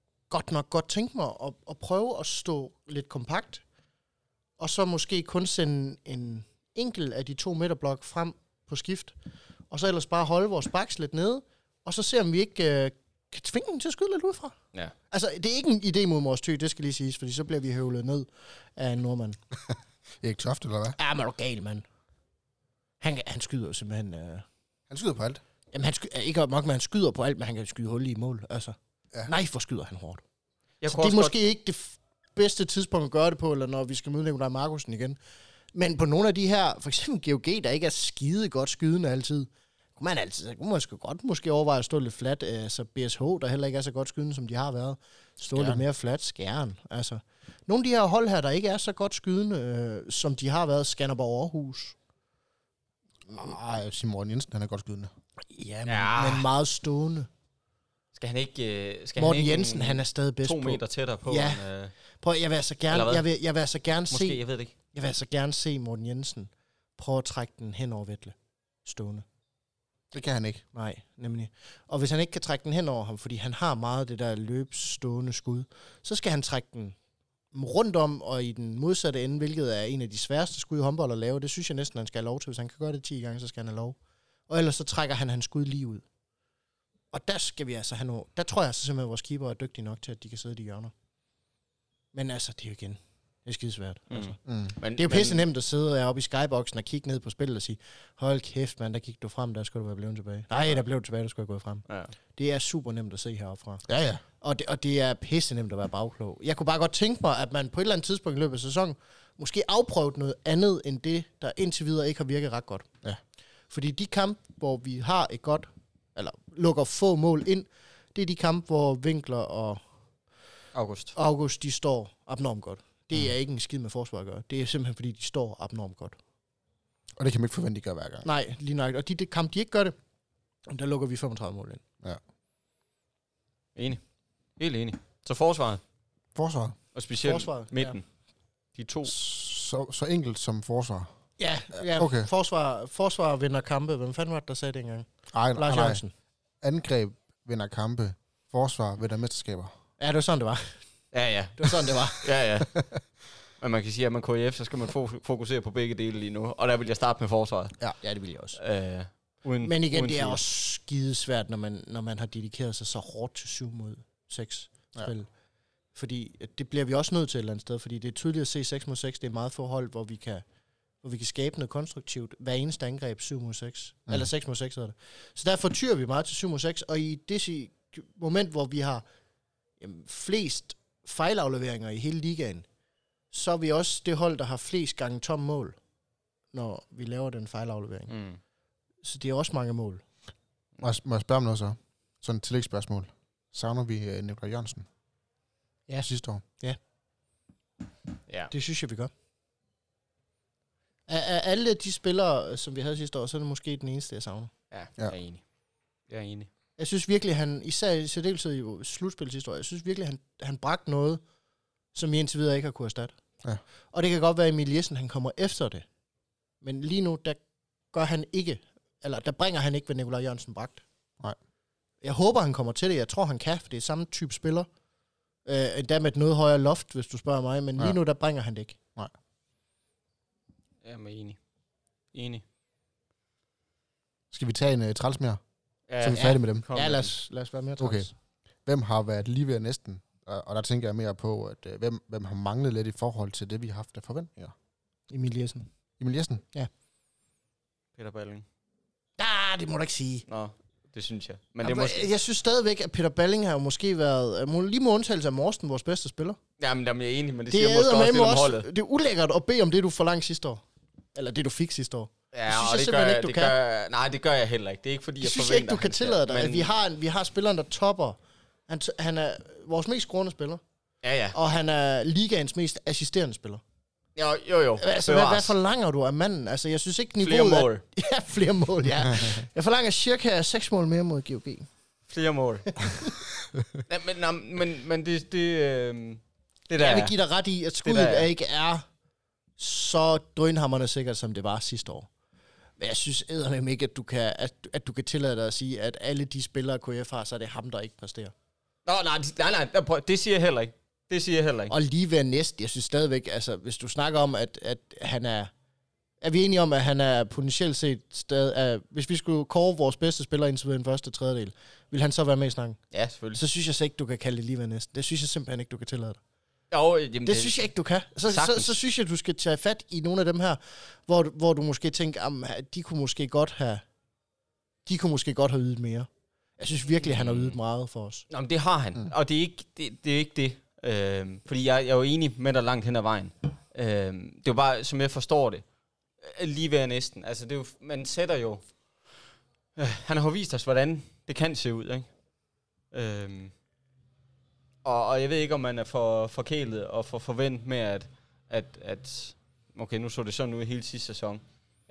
godt tænke mig at prøve at stå lidt kompakt, og så måske kun sende en enkelt af de 2 midterblok frem på skift, og så ellers bare holde vores backs lidt nede, og så se om vi ikke kan tvinge dem til at skyde lidt udefra. Ja. Altså, det er ikke en idé mod Mors Thy, det skal lige siges, fordi så bliver vi høvlet ned af en nordmand. Erik Toft, eller hvad? Ja, men er du gal, mand. Han skyder jo simpelthen... Han skyder på alt. Jamen, ikke nok, men han skyder på alt, men han kan skyde hul i mål. Altså, nej, hvor skyder han hårdt. Så det er måske ikke det bedste tidspunkt at gøre det på, eller når vi skal møde Nikolaj Markusen igen. Men på nogle af de her, for eksempel GOG, der ikke er skide godt skydende altid, kunne man sgu godt måske overveje at stå lidt flat. Så BSH, der heller ikke er så godt skydende, som de har været, stå lidt mere flat. Skjern. Altså, nogle af de her hold her, der ikke er så godt skydende, som de har været, Skanderborg Aarhus. Jeg siger Morten Jensen, han er godt skydende. Ja, men meget stående. Skal han ikke... Morten Jensen, han er stadig bedst 2 meter tættere på. Ja. Prøv, jeg vil altså gerne... Jeg vil altså gerne måske, se... jeg ved det ikke. Jeg vil altså gerne se Morten Jensen prøve at trække den hen over Vettle. Stående. Det kan han ikke. Nej, nemlig. Og hvis han ikke kan trække den hen over ham, fordi han har meget det der løbsstående skud, så skal han trække den rundt om og i den modsatte ende, hvilket er en af de sværeste skud i håndbold at lave. Det synes jeg næsten, han skal have lov til. Hvis han kan gøre det 10 gange, så skal han have lov. Og ellers så trækker han hans skud lige ud. Og der skal vi altså have noget. Der tror jeg altså simpelthen, at vores keeper er dygtige nok til, at de kan sidde i de hjørner. Men altså, det er jo igen... Det er skidesvært. Altså. Det er jo pisse nemt at sidde oppe i skyboxen og kigge ned på spillet og sige, hold kæft, mand, der gik du frem, der skulle du være blevet tilbage. Nej, der blev du tilbage, der skulle jeg gå frem. Ja. Det er super nemt at se heroppe fra. Ja. Og det er pisse nemt at være bagklog. Jeg kunne bare godt tænke mig, at man på et eller andet tidspunkt i løbet af sæsonen måske afprøvet noget andet end det, der indtil videre ikke har virket ret godt. Ja. Fordi de kampe, hvor vi har et godt, eller lukker få mål ind, det er de kampe, hvor Winkler og August, de står abnormt godt. Det er ikke en skid med forsvar at gøre. Det er simpelthen, fordi de står abnormt godt. Og det kan man ikke forvente, de gør hver gang. Nej, lige nok. Og de kampe, de ikke gør det, der lukker vi 35 mål ind. Ja. Enig. Helt enig. Så forsvaret. Og specielt forsvaret, midten. Ja. De 2. Så enkelt som forsvar. Ja, okay. Forsvar vinder kampe. Hvem fanden var det, der sagde det engang? Lars Jørgensen. Angreb vinder kampe. Forsvar vinder mesterskaber. Ja, det var sådan, det var. Ja. Det var sådan, det var. ja. Men man kan sige, at man KIF, så skal man fokusere på begge dele lige nu. Og der vil jeg starte med forsvaret. Ja, det vil jeg også. Men igen, det er også skidesvært, når man har dedikeret sig så hårdt til 7 mod 6 spil. Ja. Fordi det bliver vi også nødt til et eller andet sted, fordi det er tydeligt at se 6 mod 6, det er meget forhold, hvor vi kan skabe noget konstruktivt. Hver eneste angreb 7 mod 6. Eller 6 mod 6 hedder det. Så derfor tyrer vi meget til 7 mod 6, og i det moment, hvor vi har flest fejlafleveringer i hele ligaen, så er vi også det hold, der har flest gange tom mål, når vi laver den fejlaflevering. Så det er også mange mål. Må jeg spørge om noget så? Sådan et tillægsspørgsmål. savner vi Nikolaj Jørgensen. Ja. Sidste år. Ja. Det synes jeg, vi gør. Af alle de spillere, som vi havde sidste år, så er det måske den eneste, jeg savner. Ja, jeg er enig. Jeg synes virkelig, han, især i særdeleshed i slutspil sidste år, jeg synes virkelig, han bragte noget, som vi indtil videre ikke har kunnet erstatte. Ja. Og det kan godt være, at Emil Jessen, han kommer efter det. Men lige nu, der gør han ikke, eller der bringer han ikke, hvad Nikolaj Jørgensen bragte. Nej. Jeg håber, han kommer til det. Jeg tror, han kan, for det er samme type spiller. Endda med et noget højere loft, hvis du spørger mig. Men lige nu, der bringer han det ikke. Nej. Jeg er enig. Skal vi tage en træls mere? Ja, Så er vi færdige med dem. Ja, lad os være mere træls. Okay. Hvem har været lige ved næsten? Og der tænker jeg mere på, at hvem har manglet lidt i forhold til det, vi har haft af forventninger? Emil Jessen. Emil Jessen? Ja. Peter Balling. Det må du ikke sige. Nå, det synes jeg. Men det er måske... Jeg synes stadigvæk, at Peter Balling har jo måske været, lige med undtagelse af Morsten, vores bedste spiller. Jamen, der er jeg enig, men det Det siger måske også lidt om holdet. det er ulækkert at bede om det, du forlangte sidste år. Eller det, du fik sidste år. Ja, synes og jeg det gør simpelthen jeg, ikke, du det kan. gør jeg, nej, det gør jeg heller ikke. Det er ikke, fordi Det jeg synes forventer, jeg ikke, du kan han skal, tillade dig. men- At vi har spilleren, der topper. Han er vores mest scorende spiller. Ja. Og han er ligaens mest assisterende spiller. Jo. Altså, hvad forlanger du af manden? Altså, jeg synes ikke niveauet... Flere mål. Ja, flere mål, ja. Jeg forlanger cirka 6 mål mere mod GOG. Flere mål. Ja, men det der Jeg vil give dig ret i, at skuddet ikke er så drønhamrende sikkert, som det var sidste år. Men jeg synes eddermame ikke, at du kan tillade dig at sige, at alle de spillere, KF har, så er det ham, der ikke præsterer. Nej, det siger jeg heller ikke. Det siger jeg heller ikke. Og lige ved næst, jeg synes stadigvæk, altså hvis du snakker om, at han er... Er vi enige om, at han er potentielt set stadig... Hvis vi skulle kåre vores bedste spiller indtil ved den første tredjedel, vil han så være med i snakken? Ja, selvfølgelig. Så synes jeg så ikke, du kan kalde det lige ved næsten. Det synes jeg simpelthen ikke, du kan tillade dig. Jo, jamen, Det synes jeg ikke, du kan. Så synes jeg, du skal tage fat i nogle af dem her, hvor du måske tænker, at de kunne måske godt have ydet mere. Jeg synes virkelig, han har ydet meget for os. Nå, men det har han. Og det er ikke det. Fordi jeg er jo enig med dig langt hen ad vejen. Det er jo bare, som jeg forstår det, lige ved næsten. Altså, det er jo, man sætter jo... han har jo vist os, hvordan det kan se ud, ikke? Og jeg ved ikke, om man er for forkælet og for forvent med, at okay, nu så det sådan ud hele sidste sæson.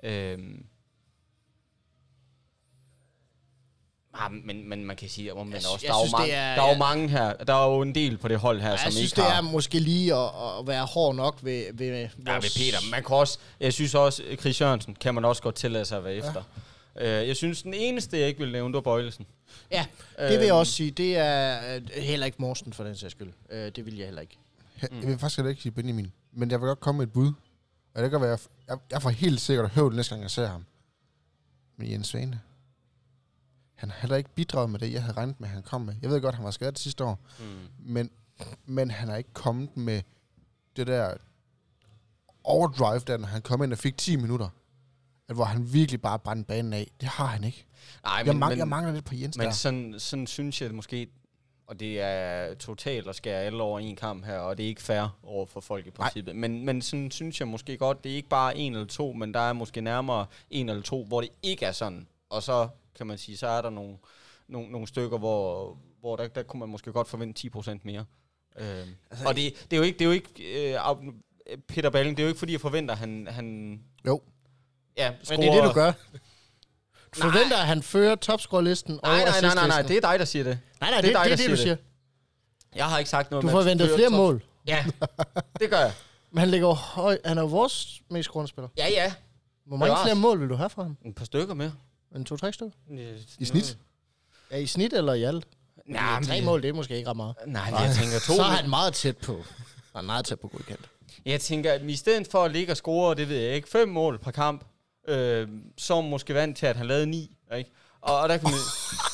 Men man kan sige, at der er jo mange her. Der er jo en del på det hold her, som ikke har... Jeg synes, det er måske lige at være hård nok ved ved Peter. Man kan også... Jeg synes også, Chris Jørgensen kan man også godt tillade sig at være efter. Jeg synes, den eneste, jeg ikke vil nævne, det var Bøjlesen. Ja, det vil jeg også sige. Det er heller ikke Morsten for den sags skyld. Det vil jeg heller ikke. Jeg vil faktisk ikke sige Benjamin, men jeg vil godt komme med et bud. Og det kan være, jeg får helt sikkert høvl næste gang, jeg ser ham. Men Jens Svane, han har heller ikke bidraget med det, jeg havde regnet med, han kom med. Jeg ved godt, han var skadet sidste år, men han har ikke kommet med det der overdrive, der når han kom ind og fik 10 minutter. Hvor han virkelig bare brændte banen af. Det har han ikke. Nej, jeg mangler lidt på Jens men der. Men sådan synes jeg måske, og det er totalt at skære alle over en kamp her, og det er ikke fair over for folk i princippet. Men sådan synes jeg måske godt, det er ikke bare en eller to, men der er måske nærmere en eller to, hvor det ikke er sådan. Og så kan man sige, så er der nogle stykker, hvor der kunne man måske godt forvente 10% mere. Altså, og det er jo ikke Peter Balling, det er jo ikke fordi jeg forventer, han Jo. Ja, men det er det, du gør. Du forventer, at han fører topscore-listen og assistlisten. Nej, det er dig, der siger det. Nej, det er det, du siger. Jeg har ikke sagt noget. Du forventer flere mål. Ja, det gør jeg. Men han ligger højt. Han er jo vores mest grundspiller. Ja. Hvor mange flere mål vil du have fra ham? Et par stykker mere. En 2-3 stykker? I snit? Ja, i snit eller i alt? Nej, 3 mål, det er måske ikke ret meget. Nej, jeg tænker 2. Så er han meget tæt på. Han er meget tæt på godkendt. Jeg tænker, at i stedet for at ligge og score, det ved jeg ikke, 5 mål per kamp, så måske vant til, at han lavede 9, ikke? Og der kan man...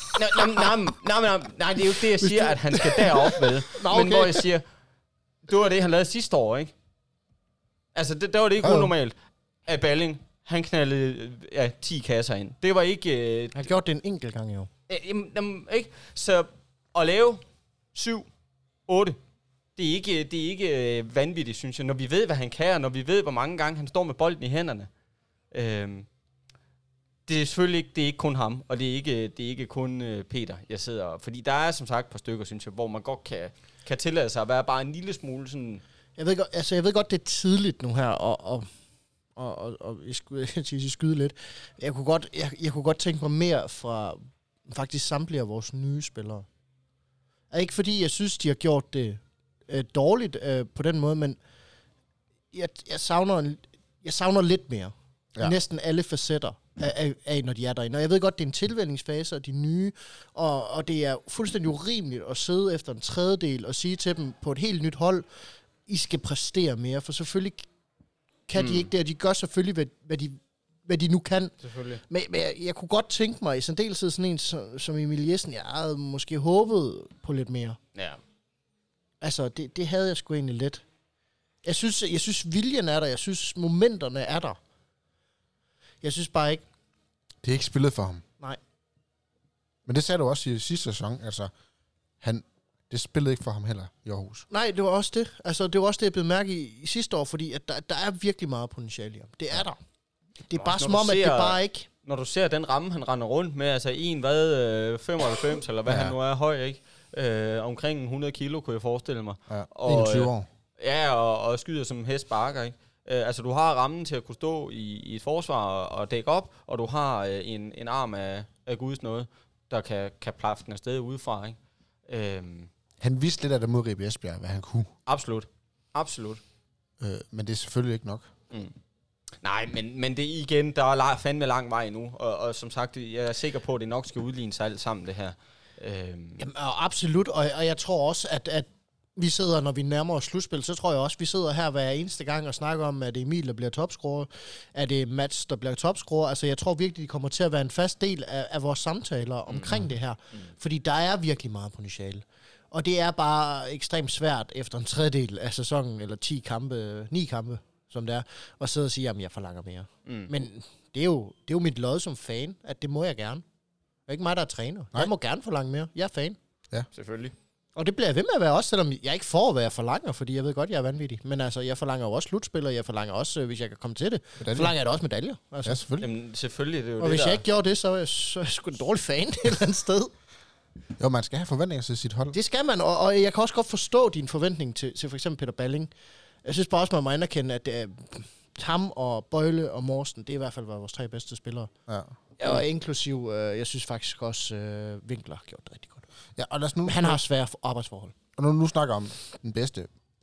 Nej, det er jo ikke det, jeg siger, at han skal derop med. Okay. Men hvor jeg siger, det var det, han lavede sidste år, ikke? Altså, der var det ikke unormalt, at Balling, han knaldede 10 kasser ind. Det var ikke... Han har gjort det en enkelt gang, jo. Ikke? Så at lave 7, 8, det er ikke vanvittigt, synes jeg. Når vi ved, hvad han kan, og når vi ved, hvor mange gange han står med bolden i hænderne. det er selvfølgelig ikke, det er ikke kun ham, og det er ikke kun Peter, jeg sidder. Fordi der er som sagt et par stykker, synes jeg, hvor man godt kan tillade sig at være bare en lille smule sådan... Jeg ved godt, det er tidligt nu her, og jeg skulle sige skyde lidt. Jeg kunne godt tænke mig mere fra faktisk samtlige af vores nye spillere. Ikke fordi jeg synes, de har gjort det dårligt på den måde, men jeg savner lidt mere. Ja. Næsten alle facetter af, når de er derinde. Og jeg ved godt, det er en tilvændingsfase, og de nye, og det er fuldstændig urimeligt at sidde efter en tredjedel og sige til dem på et helt nyt hold, I skal præstere mere, for selvfølgelig kan de ikke det, og de gør selvfølgelig, hvad de nu kan. Selvfølgelig. Men jeg kunne godt tænke mig, i sådan del sådan en som Emil Jessen, jeg havde måske håbet på lidt mere. Ja. Altså, det havde jeg sgu egentlig lidt. Jeg synes viljen er der, jeg synes momenterne er der. Jeg synes bare ikke... Det er ikke spillet for ham. Nej. Men det sagde du også i sidste sæson, altså, det spillede ikke for ham heller i Aarhus. Nej, det var også det. Altså, det var også det, jeg blev mærke i sidste år, fordi at der er virkelig meget potentiale i ham. Det er der. Det er bare som om, at det bare ikke... Når du ser den ramme, han render rundt med, altså 95 eller hvad han nu er høj, ikke? Omkring 100 kilo, kunne jeg forestille mig. Ja, 21 år. Ja, og skyder som hest bakker, ikke? Altså, du har rammen til at kunne stå i et forsvar og dække op, og du har en arm af Guds nåde, der kan plaffe den afsted udefra, ikke? Han vidste lidt af det mod Ribe Esbjerg, hvad han kunne. Absolut. Men det er selvfølgelig ikke nok. Mm. Nej, men det igen, der er fandme lang vej nu, og som sagt, jeg er sikker på, at det nok skal udligne sig alt sammen, det her. Jamen, absolut, og jeg tror også, at vi sidder, når vi nærmer os slutspil, så tror jeg også, vi sidder her hver eneste gang og snakker om, at det Emil, der bliver topscorer, at det Mats, der bliver topscorer. Altså, jeg tror virkelig, de kommer til at være en fast del af vores samtaler omkring det her. Fordi der er virkelig meget potentiale. Og det er bare ekstremt svært efter en tredjedel af sæsonen, eller 9 kampe, som det er, at sidde og sige, at jeg forlanger mere. Men det er jo mit lod som fan, at det må jeg gerne. Det er ikke mig, der er træner. Nej. Jeg må gerne forlange mere. Jeg er fan. Ja, selvfølgelig. Og det bliver jeg ved med at være også, selvom jeg ikke får, hvad jeg forlanger, fordi jeg ved godt, jeg er vanvittig. Men altså, jeg forlanger jo også slutspil, og jeg forlanger også, hvis jeg kan komme til det, forlanger jeg da også medaljer. Altså. Ja, selvfølgelig. Jamen, selvfølgelig, det er jo og det, hvis der... jeg ikke gjorde det, så er jeg sgu en dårlig fan et eller andet sted. Jo, man skal have forventninger til sit hold. Det skal man, og jeg kan også godt forstå din forventning til for eksempel Peter Balling. Jeg synes bare også, man må anerkende, at Tam og Bøjle og Morsten, det er i hvert fald vores 3 bedste spillere. Ja. Og inklusiv, jeg synes faktisk også, Winkler har gjort det rigtig godt. Ja, og lad os nu... Han har svære arbejdsforhold. Og nu snakker om den bedste.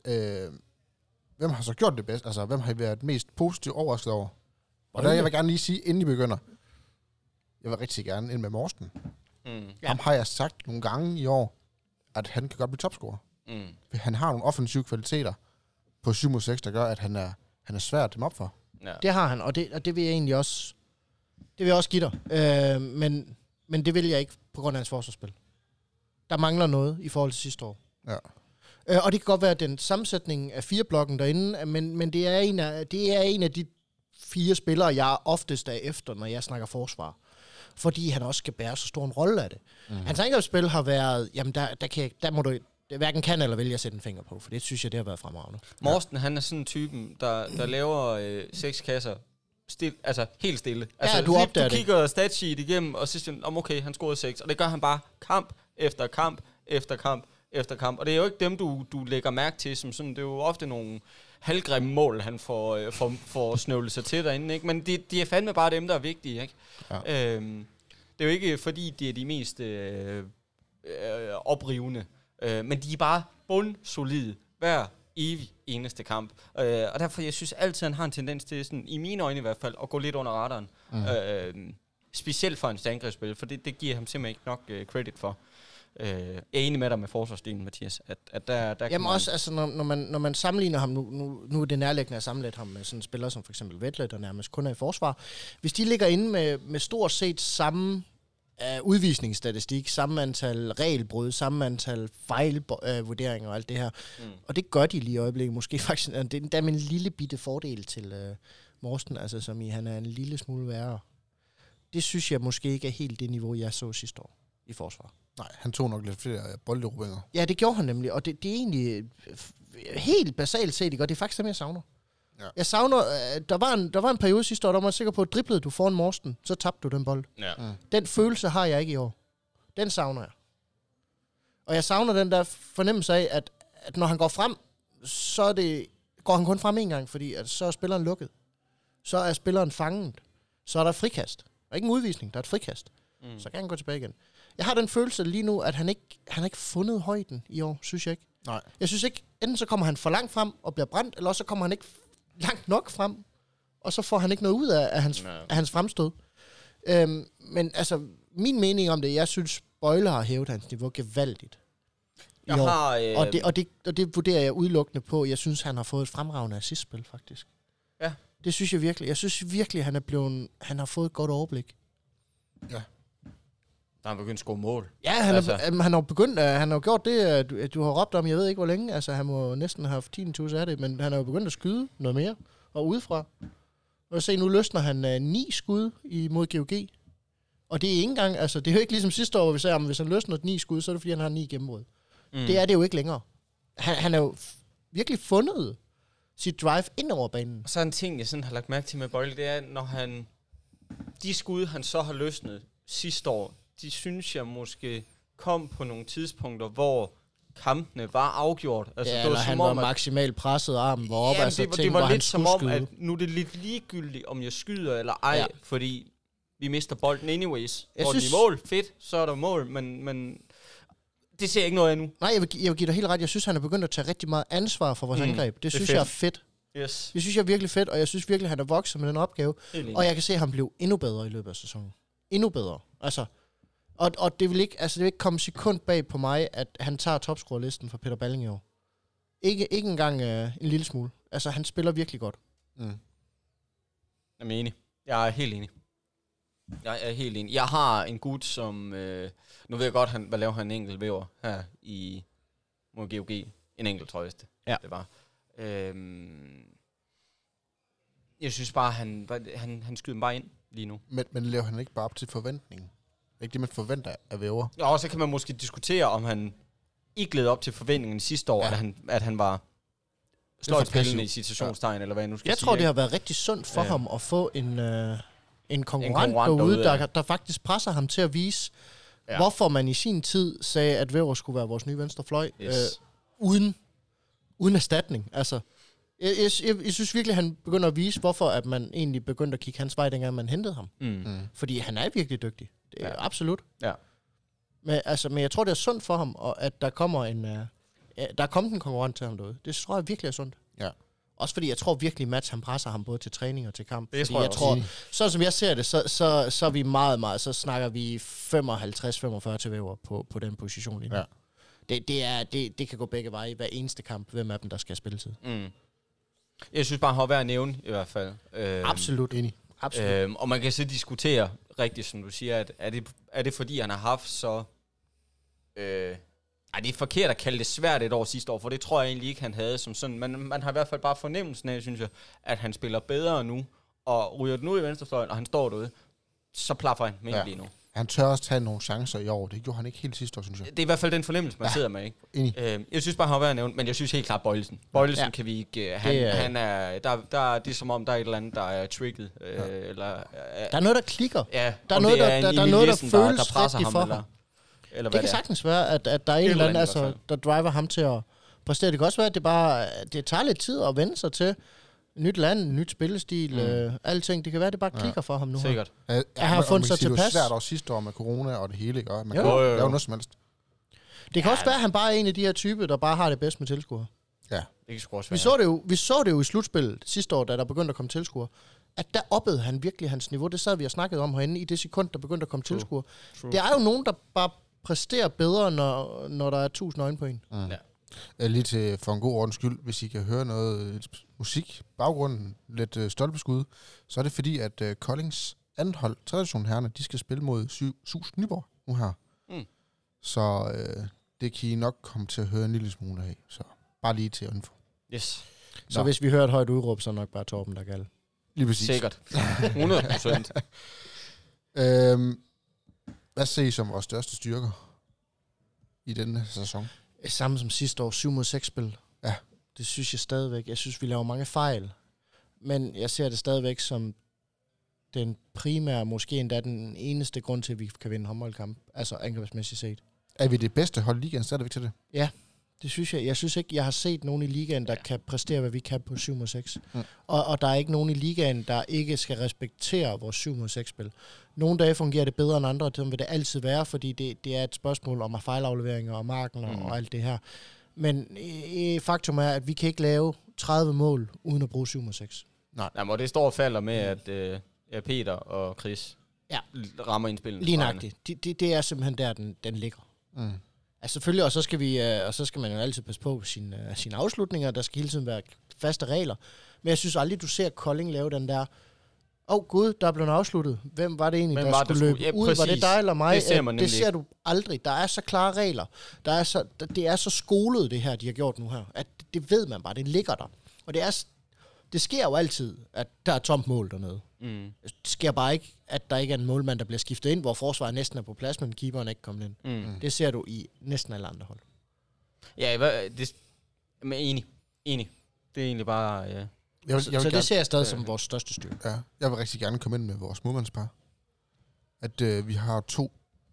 Hvem har så gjort det bedst? Altså, hvem har I været mest positivt overrasket over? Og der jeg vil gerne lige sige, inden I begynder, jeg vil rigtig gerne ind med Morsten. Ham har jeg sagt nogle gange i år, at han kan godt blive topscorer. Han har nogle offensive kvaliteter på 7-6, der gør, at han er svær at dem op for. Ja. Det har han, og det vil jeg egentlig også... Det vil jeg også give dig. Men det vil jeg ikke på grund af hans forsvarsspil. Der mangler noget i forhold til sidste år. Ja. Og det kan godt være den sammensætning af 4-blokken derinde, men det er en af de 4 spillere, jeg oftest er efter, når jeg snakker forsvar. Fordi han også skal bære så stor en rolle af det. Hans angrebsspil har været, jamen der må du hverken kan eller vil jeg sætte en finger på, for det synes jeg, det har været fremragende. Morsten, han er sådan en typen, der laver 6 kasser helt stille. Altså, du kigger statsheet igennem, og så siger han, okay, han scorede 6, og det gør han bare kamp efter kamp efter kamp efter kamp. Og det er jo ikke dem, du lægger mærke til, som sådan, det er jo ofte nogle halvgrimme mål, han får snøvlet sig til derinde, ikke? Men de er fandme bare dem, der er vigtige, ikke? Ja. Det er jo ikke, fordi de er de mest oprivende, men de er bare bundsolide hver evig eneste kamp. Og derfor, jeg synes altid, han har en tendens til, sådan, i mine øjne i hvert fald, at gå lidt under radaren. Specielt for hans angrebsspil, for det giver ham simpelthen ikke nok credit for. Jeg er enig med dig med forsvarsdelen, Mathias. At der jamen også, altså, når man sammenligner ham, nu er det nærliggende at sammenligne ham med sådan en spiller som for eksempel Vettle, der nærmest kun er i forsvar. Hvis de ligger inde med stort set samme udvisningsstatistik, samme antal regelbrud, samme antal fejlvurderinger og alt det her, og det gør de lige i øjeblikket, måske faktisk, det er med en lille bitte fordel til Morsten, altså som i, han er en lille smule værre. Det synes jeg måske ikke er helt det niveau, jeg så sidste år i forsvar. Nej, han tog nok lidt flere bolderobringer. Ja, det gjorde han nemlig, og det er egentlig helt basalt set, ikke? Og det er faktisk det, jeg savner. Ja. Jeg savner... Der var en periode sidste år, der var jeg sikker på, at driblede du foran Morsten, så tabte du den bold. Ja. Den følelse har jeg ikke i år. Den savner jeg. Og jeg savner den der fornemmelse af, at når han går frem, så går han kun frem en gang, fordi at så er spilleren lukket. Så er spilleren fanget. Så er der frikast. Der er ikke en udvisning, der er et frikast. Så kan han gå tilbage igen. Jeg har den følelse lige nu, at han har ikke fundet højden i år, synes jeg ikke. Nej. Jeg synes ikke, enten så kommer han for langt frem og bliver brændt, eller så kommer han ikke langt nok frem, og så får han ikke noget ud af hans fremstød. Men altså, min mening om det, jeg synes, Bøjle har hævet hans niveau gevaldigt. Og det vurderer jeg udelukkende på. Jeg synes, han har fået et fremragende assistspil, faktisk. Ja. Det synes jeg virkelig. Jeg synes virkelig, han har fået et godt overblik. Ja. Der har begyndt at score mål. Ja, han har begyndt, han har gjort det, du har råbt om, jeg ved ikke hvor længe. Altså, han må næsten have haft 10.000 af det, men han har jo begyndt at skyde noget mere, og udefra. Og se, nu løsner han 9 skud mod GOG. Og det er ikke engang, altså, det er jo ikke ligesom sidste år, hvor vi sagde, at hvis han løsner 9 skud, så er det fordi, han har 9 gennembrud. Det er det jo ikke længere. Han er jo virkelig fundet sit drive ind over banen. Og så en ting, jeg sådan har lagt mærke til med Bøjle, det er, når de skud, han så har løsnet sidste år, de synes jeg måske kom på nogle tidspunkter, hvor kampene var afgjort. Altså, Ja, det eller var, han var maksimalt presset, armen var oppe, altså det var lidt som om, skyde. at nu er det lidt ligegyldigt, om jeg skyder eller ej, fordi vi mister bolden anyways. Får den i mål, fedt, så er der mål, men det ser jeg ikke noget af nu. Nej, jeg vil give dig helt ret. Jeg synes, han er begyndt at tage rigtig meget ansvar for vores angreb. Det synes jeg er fedt. Yes. Det synes jeg er virkelig fedt, og jeg synes virkelig, han er vokset med den opgave. Og jeg kan se, at han blev endnu bedre i løbet af sæsonen. Endnu bedre. Altså, og det vil ikke komme sekund bag på mig, at han tager topscorerlisten for Peter Balling i år. Ikke engang en lille smule. Altså, han spiller virkelig godt. Jeg er enig. Jeg er helt enig. Jeg har en gut, som... nu ved jeg godt, hvad laver han en enkelt væver her mod GOG. En enkelt, tror jeg, det var. Jeg synes bare, han skyder bare ind lige nu. Men laver han ikke bare op til forventningen? Ikke det, man forventer af væver? Ja, og så kan man måske diskutere, om han ikke levede op til forventningen sidste år, at han var sløjtspillende i citationstegn, eller hvad jeg nu skal sige. Jeg tror, det har været rigtig sundt for ham at få en konkurrent derude, der faktisk presser ham til at vise, hvorfor man i sin tid sagde, at Væver skulle være vores nye venstrefløj, uden erstatning. Altså, jeg synes virkelig, at han begynder at vise, hvorfor at man egentlig begyndte at kigge hans vej, dengang man hentede ham. Fordi han er virkelig dygtig. Det er absolut. Ja. Men jeg tror, det er sundt for ham, og at der kommer der er kommet en konkurrent til ham derude. Det tror jeg virkelig er sundt. Ja. Også fordi jeg tror virkelig, Mats han presser ham både til træning og til kamp. Det fordi jeg tror, sådan som jeg ser det, så er vi meget, så snakker vi 55-45 til Væver på den position lige nu. Ja. Det kan gå begge veje i hver eneste kamp, hvem af dem, der skal spille tid. Jeg synes bare, han har været at nævne, i hvert fald. Absolut enig. Absolut. Og man kan så diskutere rigtigt, som du siger, at er det fordi, han har haft så... det er forkert at kalde det svært et år sidste år, for det tror jeg egentlig ikke, han havde som sådan. Man har i hvert fald bare fornemmelsen af, synes jeg, at han spiller bedre nu, og ryger den ud i venstrefløjen, og han står derude, så plaffer han med lige nu. Han tør også tage nogle chancer i år. Det gjorde han ikke helt sidste år, synes jeg. Det er i hvert fald den fornemmelse, man sidder med, ikke? Jeg synes bare, han har været nævnt, men jeg synes helt klart Bøjlesen. Bøjlesen kan vi ikke... Han er... Der er det som om, der er et eller andet, der er trigget. Eller, der er noget, der klikker. Ja, der er noget, der føles der presser ham, for ham. Eller det kan sagtens være, at der er en eller anden, der driver ham til at præstere. Det kan også være, at det tager lidt tid at vende sig til nyt land, nyt spillestil, alting. Det kan være, at det bare klikker for ham nu. Sikkert. Jeg har fundet sig tilpas. Det var svært også sidste år med corona og det hele, ikke? Man kan lave noget som helst. Det kan også være, at han bare er en af de her typer, der bare har det bedst med tilskuere. Ja. Det kan sgu også være. Vi så det jo i slutspillet sidste år, da der begyndte at komme tilskuere. At der oppede han virkelig hans niveau. Det sad vi og snakkede om herinde i det sekund, der begyndte at komme tilskuere. Det er jo nogen, der bare præsterer bedre, når der er 1000 øjne på en. Lige for en god ordens skyld, hvis I kan høre noget musik, baggrunden, lidt stolpeskud, så er det fordi, at Koldings andet hold, tradition herrerne, de skal spille mod SUS Nyborg nu her. Så det kan I nok komme til at høre en lille smule af. Så bare lige til info. Yes. Så hvis vi hører et højt udråb, så er nok bare Torben, der galt. Lige præcis. Sikkert. 100%. Hvad ser I som vores største styrker i denne sæson? Samme som sidste år, 7-mod-6 spil. Ja. Det synes jeg stadigvæk. Jeg synes, vi laver mange fejl. men jeg ser det stadigvæk som den primære, måske endda den eneste grund til, at vi kan vinde en håndboldkamp. Altså angrebsmæssigt set. Er vi det bedste hold i ligaen stadigvæk til det? Ja, det synes jeg. Jeg synes ikke, jeg har set nogen i ligaen, der kan præstere, hvad vi kan på 7-6. Og der er ikke nogen i ligaen, der ikke skal respektere vores 7-6-spil. Nogle dage fungerer det bedre end andre, og det vil det altid være, fordi det er et spørgsmål om fejlafleveringer og markener og alt det her. Men faktum er, at vi kan ikke lave 30 mål, uden at bruge 7-6. Nej, og det står og falder med, at Peter og Chris rammer indspillene. Lige nøjagtigt. Det er simpelthen der, den ligger. Altså selvfølgelig, og så skal man jo altid passe på sine afslutninger. Der skal hele tiden være faste regler. Men jeg synes aldrig, du ser Kolding lave den der, gud, der er blevet afsluttet. Hvem var det egentlig, der skulle løbe ud? Var det dig eller mig? Det ser du aldrig. Der er så klare regler. Det er så skolet, det her, de har gjort nu her. At det ved man bare, det ligger der. Og det sker jo altid, at der er tomt mål dernede. Det sker bare ikke, at der ikke er en målmand, der bliver skiftet ind, hvor forsvaret næsten er på plads, men keeperen er ikke kommet ind. Det ser du i næsten alle andre hold. Ja, enig. Det er egentlig bare... Så det ser jeg stadig som vores største styrke. Ja, jeg vil rigtig gerne komme ind med vores målmandspar. At vi har 2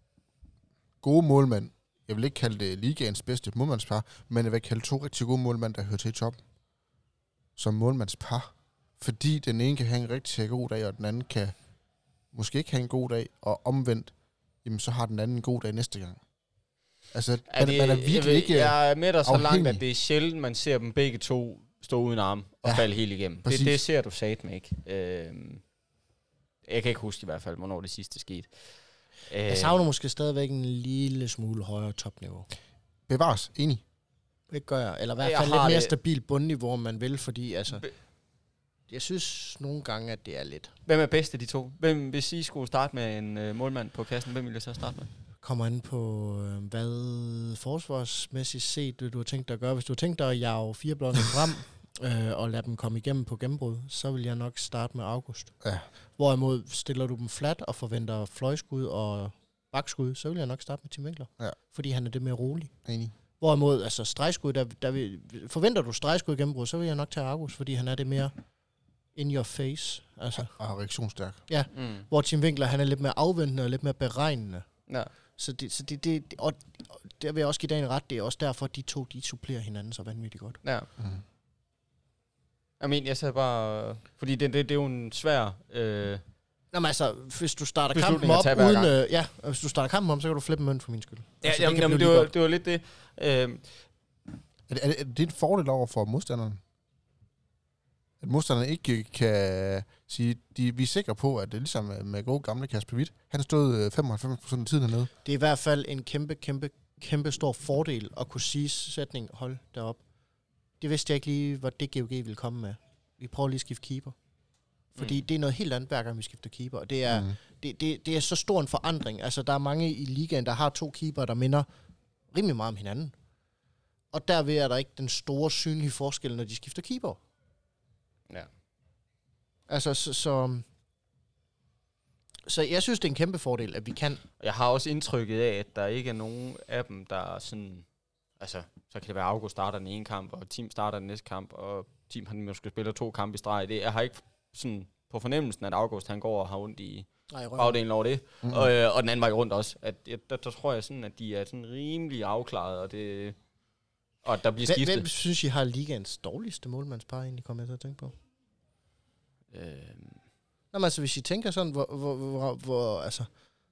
gode målmænd. Jeg vil ikke kalde det ligaens bedste målmandspar, men jeg vil kalde 2 rigtig gode målmænd, der hører til i toppen. Som målmandspar. Fordi den ene kan have en rigtig god dag, og den anden kan måske ikke have en god dag, og omvendt, jamen så har den anden en god dag næste gang. Altså, man er virkelig ikke jeg er med dig så afhængig. langt, at det er sjældent, man ser dem begge to stå uden arm og falde helt igennem. Det ser du satme ikke. Jeg kan ikke huske i hvert fald, hvornår det sidste skete. Jeg savner måske stadigvæk en lille smule højere topniveau. Bevares, enig. Det gør jeg. Eller i hvert fald lidt mere stabilt bundniveau, om man vil, fordi altså... Jeg synes nogle gange, at det er lidt. Hvem er bedst af de 2? Hvem, hvis I skulle starte med en målmand på kassen, hvem ville jeg så starte med? Kommer an på, hvad forsvarsmæssigt set du har tænkt dig at gøre. Hvis du har tænkt dig at jage 4 blåne frem, og lade dem komme igennem på gennembrud, så vil jeg nok starte med August. Ja. Hvorimod stiller du dem flat og forventer fløjskud og bakskud, så vil jeg nok starte med Tim Winkler. Ja. Fordi han er det mere rolig. Enig. Hvorimod altså stregskud, forventer du stregskud i gennembrud, så vil jeg nok tage August, fordi han er det mere in your face. Altså. Og reaktionsstærk. Ja, hvor Tim Winkler, han er lidt mere afventende og lidt mere beregnende. Ja. Så det og der vil jeg også give dig en ret, det er også derfor, at de 2, de supplerer hinanden så vanvittigt godt. Ja. Jeg sagde bare, fordi det er jo en svær... Nå, men altså, hvis du starter kampen op uden... hvis du starter kampen om, så kan du flippe mønt for min skyld. Ja, altså, det var lidt det. Er det en fordel over for modstanderen? At modstanderen ikke kan sige, vi er sikre på, at det er ligesom med gode gamle Kasper Hvidt. Han har stået 95% af tiden hernede. Det er i hvert fald en kæmpe stor fordel at kunne sige sætning, hold derop. Det vidste jeg ikke lige, hvad det GOG ville komme med. Vi prøver lige at skifte keeper. Fordi det er noget helt andet, hver gang vi skifter keeper. Og det er, det er så stor en forandring. Altså, der er mange i ligaen, der har 2 keeper, der minder rimelig meget om hinanden. Og derved er der ikke den store synlige forskel, når de skifter keeper. Ja. Altså, så jeg synes, det er en kæmpe fordel, at vi kan. Jeg har også indtrykket af, at der ikke er nogen af dem, der er sådan... Altså, så kan det være, at August starter den ene kamp, og Team starter den næste kamp, og Team han måske spiller 2 kampe i streg. Jeg har ikke sådan på fornemmelsen, at August han går og har ondt i bagdelen over det. Og den anden vej rundt også. Der tror jeg sådan, at de er sådan rimelig afklaret, og der bliver skiftet. Hvem synes I har ligaens dårligste målmandspar egentlig, kommer jeg til at tænke på? Nå, men altså, hvis I tænker sådan, hvor altså...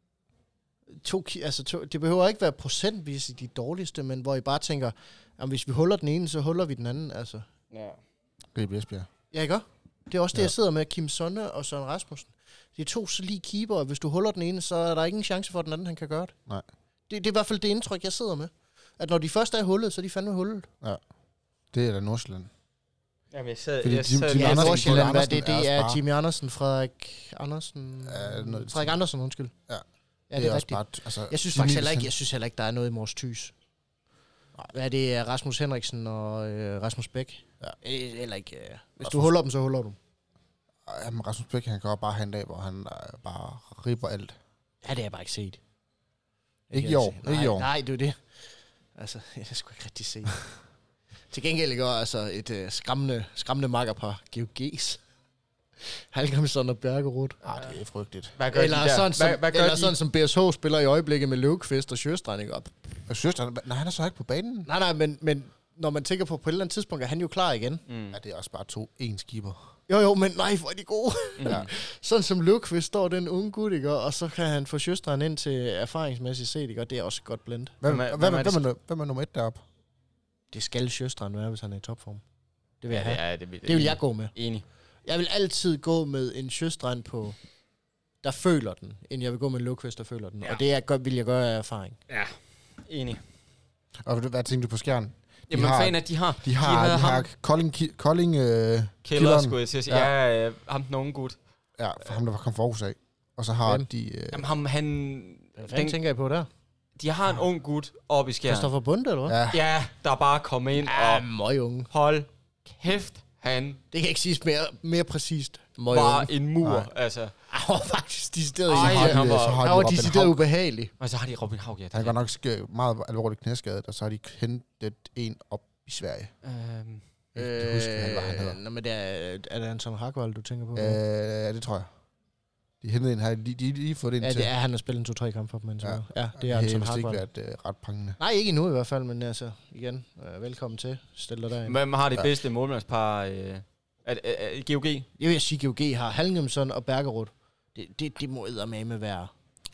det behøver ikke være procentvis i de dårligste, men hvor I bare tænker, at hvis vi huller den ene, så huller vi den anden, altså. Ja. Ribe Esbjerg. Ja, ikke? Det er også det, jeg sidder med, Kim Sonne og Søren Rasmussen. Det er 2 så lige keeper, og hvis du huller den ene, så er der ingen chance for, at den anden han kan gøre det. Nej. Det er i hvert fald det indtryk, jeg sidder med. At når de først er hullet, så er de fandme hullet. Ja. Det er da Nordsjælland. Jamen, jeg sad Nordsjælland, det er Jimmy Andersen, Frederik Andersen, undskyld. Ja. Ja, det er rigtigt. Bare, altså, jeg synes faktisk heller ikke, der er noget i Mors Tys. Hvad er det? Rasmus Henriksen og Rasmus Bæk? Ja. Eller ikke. Hvis du huller dem, så huller du. Jamen, Rasmus Bæk, han kan også bare have en dag, hvor han bare ripper alt. Ja, det har jeg bare ikke set. Ikke i år. Nej, det er det. Altså, jeg skulle ikke rigtig se det. Til gengæld ikke altså et skræmmende makkerpar, GOG's. Halgrimsson og Bergerud. Det er frygteligt. Hvad gør de der? Sådan som BSH spiller i øjeblikket med Løvqvist og Sjøstrand, ikke op? Og Sjøstrand, nej, han er så ikke på banen. Nej, men når man tænker på et eller andet tidspunkt, er han jo klar igen. Ja, det er også bare 2 skipper. Jo, men nej, hvor er de gode. Ja. Sådan som Løvqvist står den unge gut, ikke? Og så kan han få Sjøstrand ind til erfaringsmæssigt set, ikke? Og det er også godt blend. Hvem er nummer 1 deroppe? Det skal Sjøstrand være, hvis han er i topform. Det vil jeg have. Ja, det vil jeg gå med. Enig. Jeg vil altid gå med en Sjøstrand på, der føler den, end jeg vil gå med en Løvqvist, der føler den. Ja. Og det vil jeg gøre af erfaring. Ja, enig. Og hvad tænker du på Skjern? Jamen, fan at de har Kolding Killer, skulle jeg til at sige. Ja, ham den unge gut. Ja, for ham, der kom fra Aarhus af. Og så har de... Jamen, Hvad tænker jeg på der? De har en ung gut oppe i Skjern. Christoffer Bunde, eller hvad? Ja, der bare kommet ind og... Møgunge. Hold kæft, han... Det kan ikke siges mere præcist. Var en mur, altså. Han var faktisk decideret han var decideret ubehagelig. Og så har de Robin Haug, ja. Han går nok meget alvorligt knæskadet, og så har de hentet en op i Sverige. Jeg kan huske, hvad han hedder. Nå, men er det Anton Hagwald, du tænker på? Ja, det tror jeg. De hentede en her, de lige fået ind til. Ja, han har spillet en 2-3 kampe for dem, men ja. Ja, det er Anton Hagwald. Det har ikke været ret prangende. Nej, ikke endnu i hvert fald, men altså, igen, velkommen til. Stil dig derind. Hvem har det bedste målmandspar? GOG? Jeg vil sige, GOG har Halgrimsson og Bergerud. Det må eddermame være.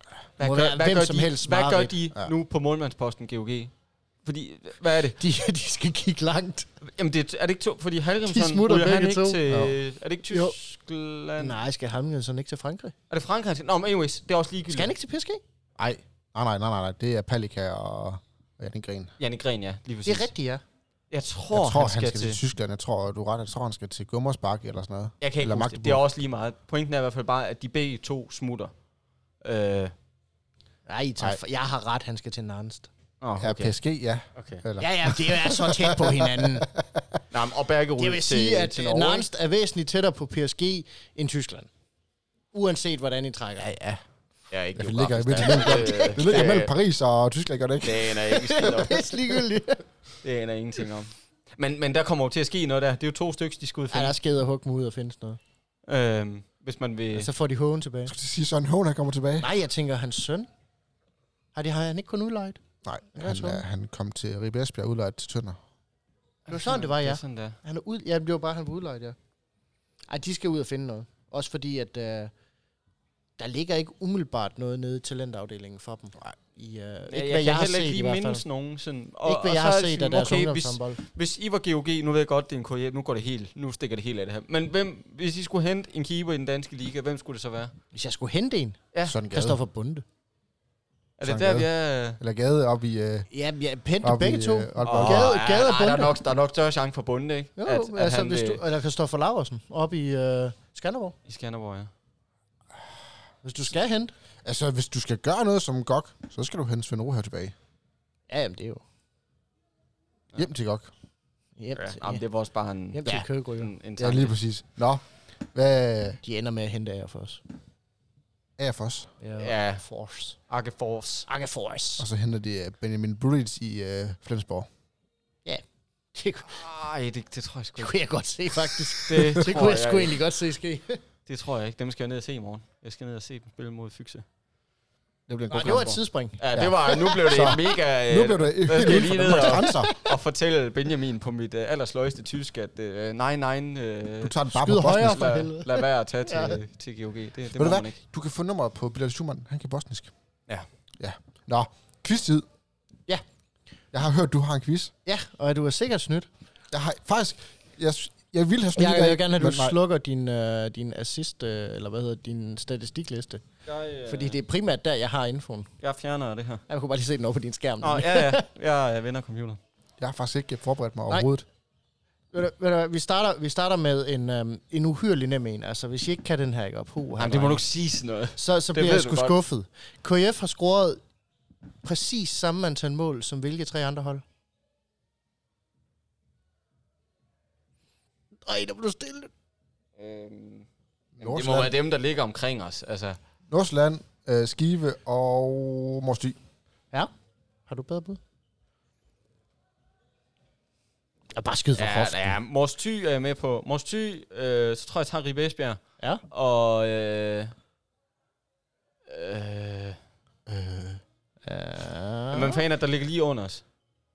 Hvad gør de nu på målmandsposten, GOG? Fordi, hvad er det? De skal kigge langt. Jamen, er det ikke fordi Halgrimsson de smutter begge han ikke to. til... Er det ikke Tyskland? Nej, skal Halgrimsson ikke til Frankrig? Er det Frankrig? Nå, men anyways, det er også ligegyldigt. Skal han ikke til PSG? Nej. Det er Palika og Jannik Gren. Jannik Gren, ja. Lige præcis. Det er rigtigt, ja. Jeg tror han skal til Tyskland. Jeg tror, han skal til Gummersbak eller sådan noget. Jeg kan ikke huske det. Det er også lige meget. Pointen er i hvert fald bare, at de begge to smutter. Nej, jeg har ret, han skal til Nanst. Ja, PSG, ja. Okay. Ja, det er så tæt på hinanden. Nej, og Bergerud det vil sige, at Nanst er væsentligt tættere på PSG end Tyskland. Uanset hvordan I trækker. Ja. Ja, ikke det ligger mellem Paris og Tyskland, gør det ikke? Det aner ikke skidt om. Det er ligegyldigt. Det aner ingenting om. Men der kommer jo til at ske noget der. Det er jo 2 stykker, de skal ud og finde. Ja, der skal hugge ud og finde noget. Hvis man vil... Og så får de Hågen tilbage. Jeg skulle sige, Søren Hågen, han kommer tilbage. Nej, jeg tænker, hans søn. Har han ikke kun udlejet? Nej, han kom til Ribe Esbjerg udlejet til Tønder. Det var sådan, det var, ja. Sådan der. Det var bare, han var udlejet, ja. Ej, de skal ud og finde noget. Også fordi, at der ligger ikke umiddelbart noget nede i talentafdelingen for dem. Nej. Ikke hvad jeg har set i hvert fald. Mindes nogen sådan. Ikke hvad jeg har set af deres ungdomshåndbold. Hvis I var GOG, nu ved jeg godt, det er en KJ, nu stikker det helt af det her. Men hvis I skulle hente en keeper i den danske liga, hvem skulle det så være? Hvis jeg skulle hente en? Ja. Christoffer Bunde. Er det der, vi er... Eller Gade op i... Ja, hente begge to. Gade og Bunde. Der er nok større chance for Bunde, ikke? Jo, eller Christoffer Laursen op i Skanderborg. I Skanderborg, ja. Hvis du skal hente. Altså, hvis du skal gøre noget som GOG, så skal du hente Svend Rohe tilbage. Ja, jamen det er jo... Hjem til GOG. Jamen, det var også bare en... Hjem til Køge. Ja, lige præcis. Nå, hvad... De ender med at hente Agerfors. Agerfors? Ja. Agerfors. Og så henter de Benjamin Bridge i Flensborg. Ja. Det tror jeg sgu ikke. Det kunne jeg godt se, faktisk. det kunne jeg sgu egentlig godt se ske. Det tror jeg ikke. Dem skal jeg ned og se i morgen. Jeg skal ned og se dem spille mod Fyxe. Det var et tidsspring. Ja, det var, nu blev det mega... Nu blev det... Der skal jeg lige ned og fortælle Benjamin på mit allersløjeste tysk, at nej, du tager den bare på højre for helvede. Lad være at tage til GOG. Det må man ikke. Du kan få nummeret på Bilal Schumann. Han kan bosnisk. Ja. Nå, quiz-tid. Ja. Jeg har hørt, du har en quiz. Ja, og du er sikkert snydt. Jeg har faktisk... Jeg vil have snydt. Jeg vil gerne have, at du slukker din assist, eller hvad hedder din statistikliste. Fordi det er primært der, jeg har infoen. Jeg fjerner det her. Jeg kunne bare lige se den over på din skærm. Jeg vender computeren. Jeg har faktisk ikke forberedt mig overhovedet. Vi starter med en uhyrlig nem en. Altså, hvis I ikke kan den her, ikke op. Jamen, det må du ikke sige sådan noget. Så bliver jeg sgu skuffet. KF har scoret præcis samme antal mål, som hvilke 3 andre hold? Ej, der blev du stille. Det må være dem, der ligger omkring os. Altså. Nordsjælland, Skive og Mors Thy. Ja. Har du bedre bud? Og bare skyd for hoften. Ja, Mors Thy er jeg med på. Mors Thy, så tror jeg tager Ribe Esbjerg. Ja. Og... Hvem fanden er der ligger lige under os?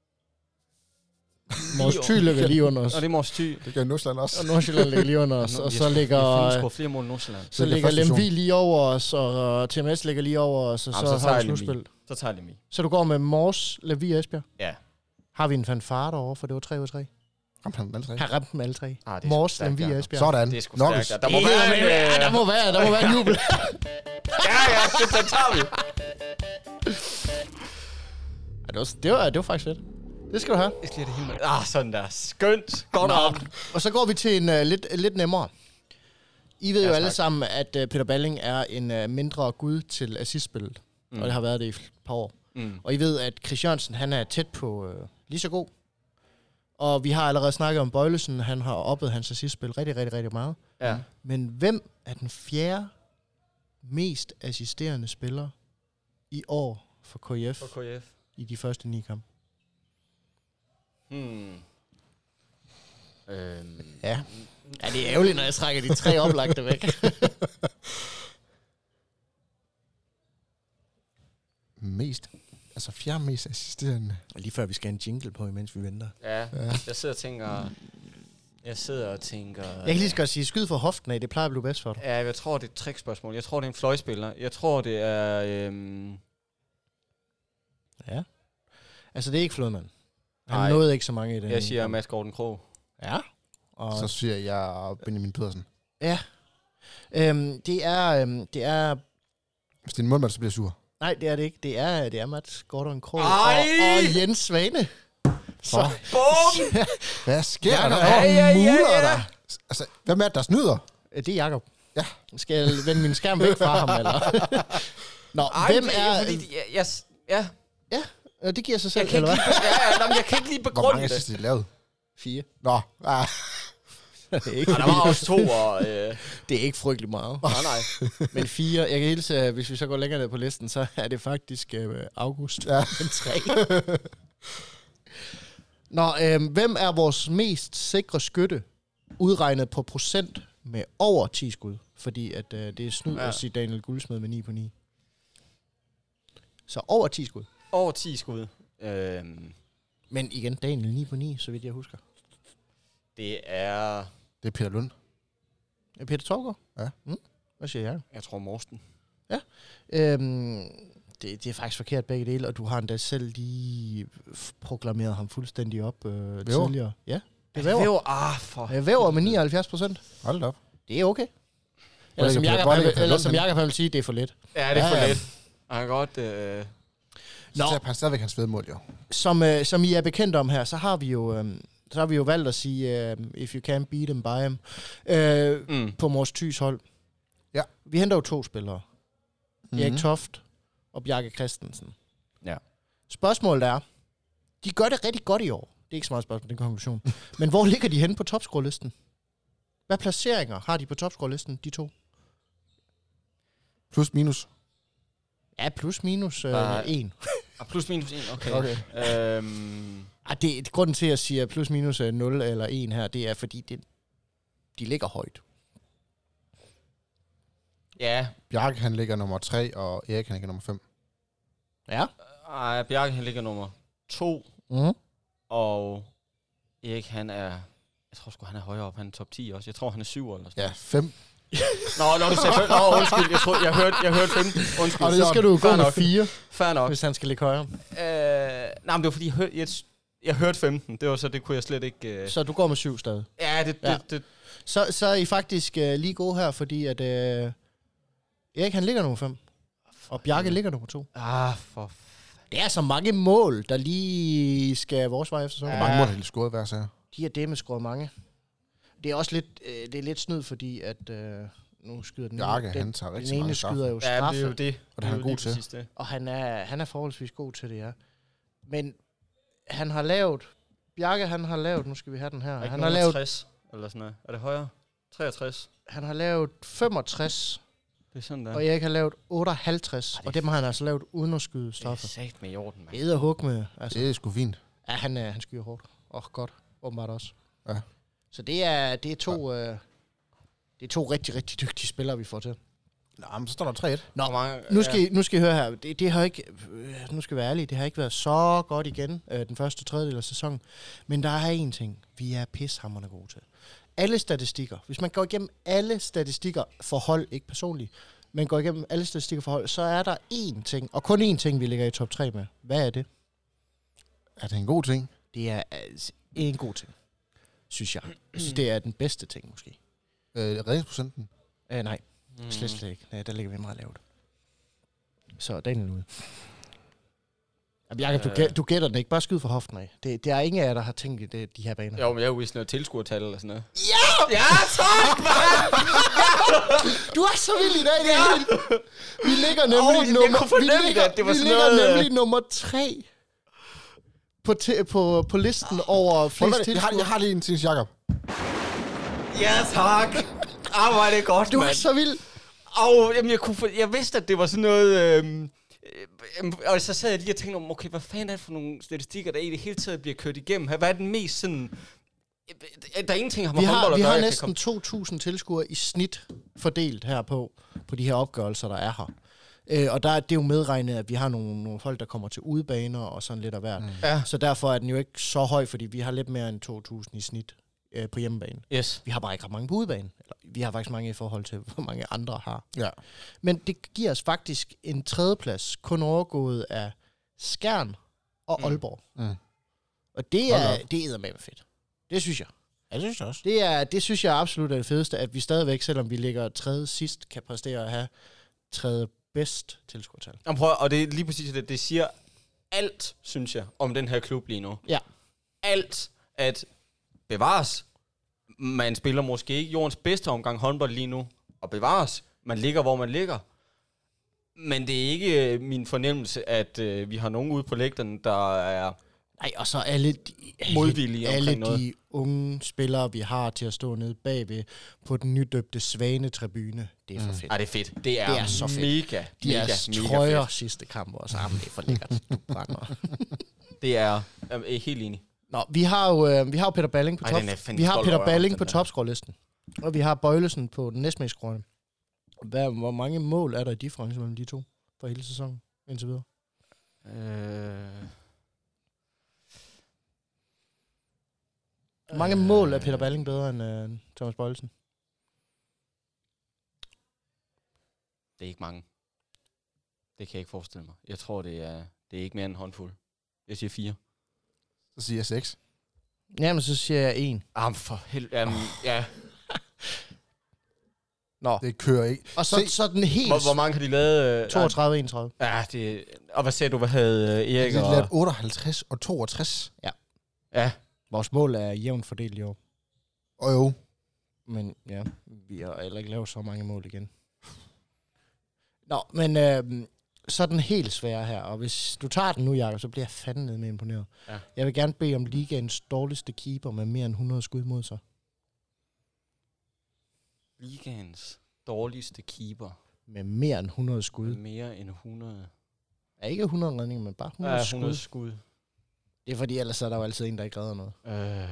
Mors Thy ligger lige under os. Og det er Mors Thy. Det gør Nordsjælland også. Og Nordsjælland ligger lige under os. Og så ligger... flere mål Nordsjælland. Så ligger Lemvig lige over os, og TMS ligger lige over os, og så har vi slutspil. Så tager det mig. Så du går med Mors, Lemvig og Esbjerg? Ja. Har vi en fanfare derovre, for det var 3 ud af 3? Ramte han dem alle 3? Har ramt dem alle 3. Mors, Lemvig og Esbjerg. Sådan. Det er sgu stærkt. Der må være en jubel. ja, det tager vi. Det var faktisk fedt. Det skal du have. Jeg skal lige det hele. Sådan der. Skønt. Godt op. Og så går vi til en lidt nemmere. I ved jo alle sammen, at Peter Balling er en mindre gud til assistspillet. Og det har været det i et par år. Og I ved, at Chris Jørgensen, han er tæt på lige så god. Og vi har allerede snakket om Bøjlesen. Han har oppet hans assistspil rigtig, rigtig, rigtig meget. Ja. Men hvem er den 4. mest assisterende spiller i år for KIF? I de første 9 kampe? Ja, det er ærgerligt, når jeg trækker de 3 oplagte væk. Mest? Altså 4. mest assisterende. Lige før vi skal have en jingle på, imens vi venter. Ja. Jeg sidder og tænker... Jeg kan lige så godt sige, skyd for hoften af, det plejer at blive bedst for dig. Ja, jeg tror, det er et trickspørgsmål. Jeg tror, det er en fløjspiller. Jeg tror, det er... Ja. Altså, det er ikke Flodman. Han nåede ikke så mange i den. Jeg siger Mads Gordon Krog. Ja. Og så siger jeg Benjamin Pedersen. Ja. Det er... Hvis det er en målmand, så bliver jeg sur. Nej, det er det ikke. Det er Mads Gordon Krog og Jens Svane. Så. Bum! Hvad sker der? Muller der. Altså, hvem er det, der snyder? Det er Jakob. Ja. Skal jeg vende min skærm væk fra ham, eller? Nå, hvem er... Ja, det giver sig selv, eller hvad? Jeg kan ikke lige begrunde det. Hvor mange sidst de lavet? 4. Nå. Det er ikke der var også 2, og... Det er ikke frygtelig meget. Nej. Men 4. Jeg kan hilse, hvis vi så går længere ned på listen, så er det faktisk August. Ja. 3. Nå, hvem er vores mest sikre skytte, udregnet på procent med over 10 skud? Fordi at det er snyd at sige Daniel Guldsmed med 9 på 9. Så over 10 skud. Over 10 skud. Men igen, Daniel 9 på 9, så vidt jeg husker. Det er Peter Lund. Er Peter Torgaard? Ja. Hvad siger jeg? Jeg tror Morsten. Ja. Det er faktisk forkert begge dele, og du har endda selv lige proklameret ham fuldstændig op tidligere. Ja, det er Væver. Væver med 79%. Hold op. Det er okay. Eller som Jakob vil sige, det er for lidt. Ja, det er for lidt. Han kan godt... Så tager han stadigvæk hans vedmål, jo. Som I er bekendt om her, så har vi jo valgt at sige, if you can't beat them, buy them, på Mors Thys hold. Ja. Vi henter jo 2 spillere. Erik Toft og Bjarke Christensen. Ja. Spørgsmålet er, de gør det rigtig godt i år. Det er ikke så meget spørgsmål, det er en konklusion. Men hvor ligger de henne på topscore-listen? Hvad placeringer har de på topscore-listen, de 2? Plus minus. Ja, plus minus 1. Plus minus 1, okay. Grunden til, at jeg siger plus minus 0 eller 1 her, det er, fordi de ligger højt. Ja. Bjarke, han ligger nummer 3, og Erik, han ligger nummer 5. Ja. Bjarke, han ligger nummer 2, og Erik, han er... Jeg tror sgu, han er højere op. Han er top 10 også. Jeg tror, han er 7 eller sådan. Ja, 5. Når du sagde 5. Undskyld. Jeg hørte 5. Undskyld. Og så skal du gå med 4. Fair nok. Hvis han skal ligge højere. Nej, men det var fordi, jeg hørte 15. Det var så, det kunne jeg slet ikke... Så du går med 7 stadig? Ja, det. Så er I faktisk lige gode her, fordi at Erik, han ligger nummer 5. Og Bjarke ligger nummer 2. Det er så mange mål, der lige skal vores vej efter. Hvor mange mål har de scoret hver sag? De har dæmme scoret mange. Det er også lidt snyd, fordi at nu skyder den Bjarke, han tager rigtig mange straffe. Den ene skyder jo straffe. Ja, det er jo det. Og det er han god til. Det. Og han er forholdsvis god til det, ja. Men han har lavet... Bjarke, han har lavet... Nu skal vi have den her. Han har lavet 60 eller sådan noget. Er det højere? 63. Han har lavet 65. Det er sådan der. Og Erik har lavet 58. Og dem har han altså lavet uden at skyde straffe. Det er sagt med i orden, mand. Det er hug med. Altså. Det er sgu fint. Ja, han skyder hårdt. Godt. åbenbart også. Ja. Så det er to rigtig, rigtig dygtige spillere, vi får til. Nå, men så står der 3-1. Nå, nu skal I høre her. Det har ikke, nu skal vi være ærlige, det har ikke været så godt igen, den første tredjedel af sæsonen. Men der er en ting, vi er pishamrende gode til. Alle statistikker, hvis man går igennem alle statistikker for hold, ikke personligt, men går igennem alle statistikker for hold, så er der én ting, og kun én ting, vi ligger i top 3 med. Hvad er det? Er det en god ting? Det er en god ting, synes jeg. Jeg synes, det er den bedste ting, måske. Redningsprocenten? Nej, slet ikke. Nej, der ligger vi meget lavt. Så den er ude. Jakob, du gætter den ikke. Bare skyd for hoften af. Det er ingen af jer, der har tænkt i de her baner. Jo, men jeg er jo vist noget tilskuertal eller sådan noget. Ja! Ja, tak, man! Du er så vild i dag, det er helt. Vi ligger nemlig nummer 3 på listen over flest tilskuere. Jeg har lige en ting, Jakob. Ja, tak. Hvor er det godt, Du mand. er så vild. Jamen, jeg vidste, at det var sådan noget... og så sad jeg lige og tænkte om, okay, hvad fanden er det for nogle statistikker, der i det hele taget bliver kørt igennem her? Hvad er den mest sådan... Der er ingenting, har med håndbold at gøre. Vi har næsten 2.000 tilskuere i snit fordelt her på de her opgørelser, der er her. Og det er jo medregnet, at vi har nogle folk, der kommer til udebaner og sådan lidt af hvert. Ja. Så derfor er den jo ikke så høj, fordi vi har lidt mere end 2.000 i snit på hjemmebane. Yes. Vi har bare ikke ret mange på udebane. Eller, vi har faktisk mange i forhold til, hvor mange andre har. Ja. Men det giver os faktisk en tredjeplads, kun overgået af Skjern og Aalborg. Mm. Og det er eddermame fedt. Det synes jeg. Ja, det synes jeg også. Det synes jeg absolut er det fedeste, at vi stadigvæk, selvom vi ligger tredje sidst, kan præstere at have tredje bedst tilskuertal. Og det er lige præcis det. Det siger alt, synes jeg, om den her klub lige nu. Ja. Alt, at bevares. Man spiller måske ikke jordens bedste omgang håndbold lige nu. Og bevares. Man ligger, hvor man ligger. Men det er ikke min fornemmelse, at vi har nogen ude på lægterne, der er... Nej, og så alle de unge spillere, vi har til at stå nede bagved på den nydøbte Svanetribune. Det er for fedt. Det er fedt. Det er så fedt. Mega trøjer fedt. Sidste kamp også. Det er for lækkert. Du brænder. Det er helt enig. Nå, vi har jo Peter Balling på top. Vi har Peter Balling på topscorelisten. Og vi har Bøjlesen på den næstmest scorende. Hvor mange mål er der i difference mellem de to for hele sæsonen indtil videre? Hvor mange mål er Peter Balling bedre end Thomas Bøjlesen? Det er ikke mange. Det kan jeg ikke forestille mig. Jeg tror, det er ikke mere end en håndfuld. Jeg siger 4. Så siger jeg 6. Jamen, så siger jeg 1. For helvede. Ja. Nå. Det kører ikke. Og så den helt... Hvor mange har de lavet? 32-31. Ja, og hvad sagde du, hvad havde Erik? De har lavet 58 og 62. Ja. Vores mål er jævnt fordelt i år. Og jo. Men ja, vi har heller ikke lavet så mange mål igen. Nå, men så er den helt svær her. Og hvis du tager den nu, Jakob, så bliver jeg fandme med imponeret. Ja. Jeg vil gerne bede om ligaens dårligste keeper med mere end 100 skud mod sig. Ligaens dårligste keeper. Med mere end 100 skud. Med mere end 100. Ja, ikke 100 redninger, men bare 100 skud. 100 skud. Det er fordi, ellers er der jo altid en, der ikke redder noget.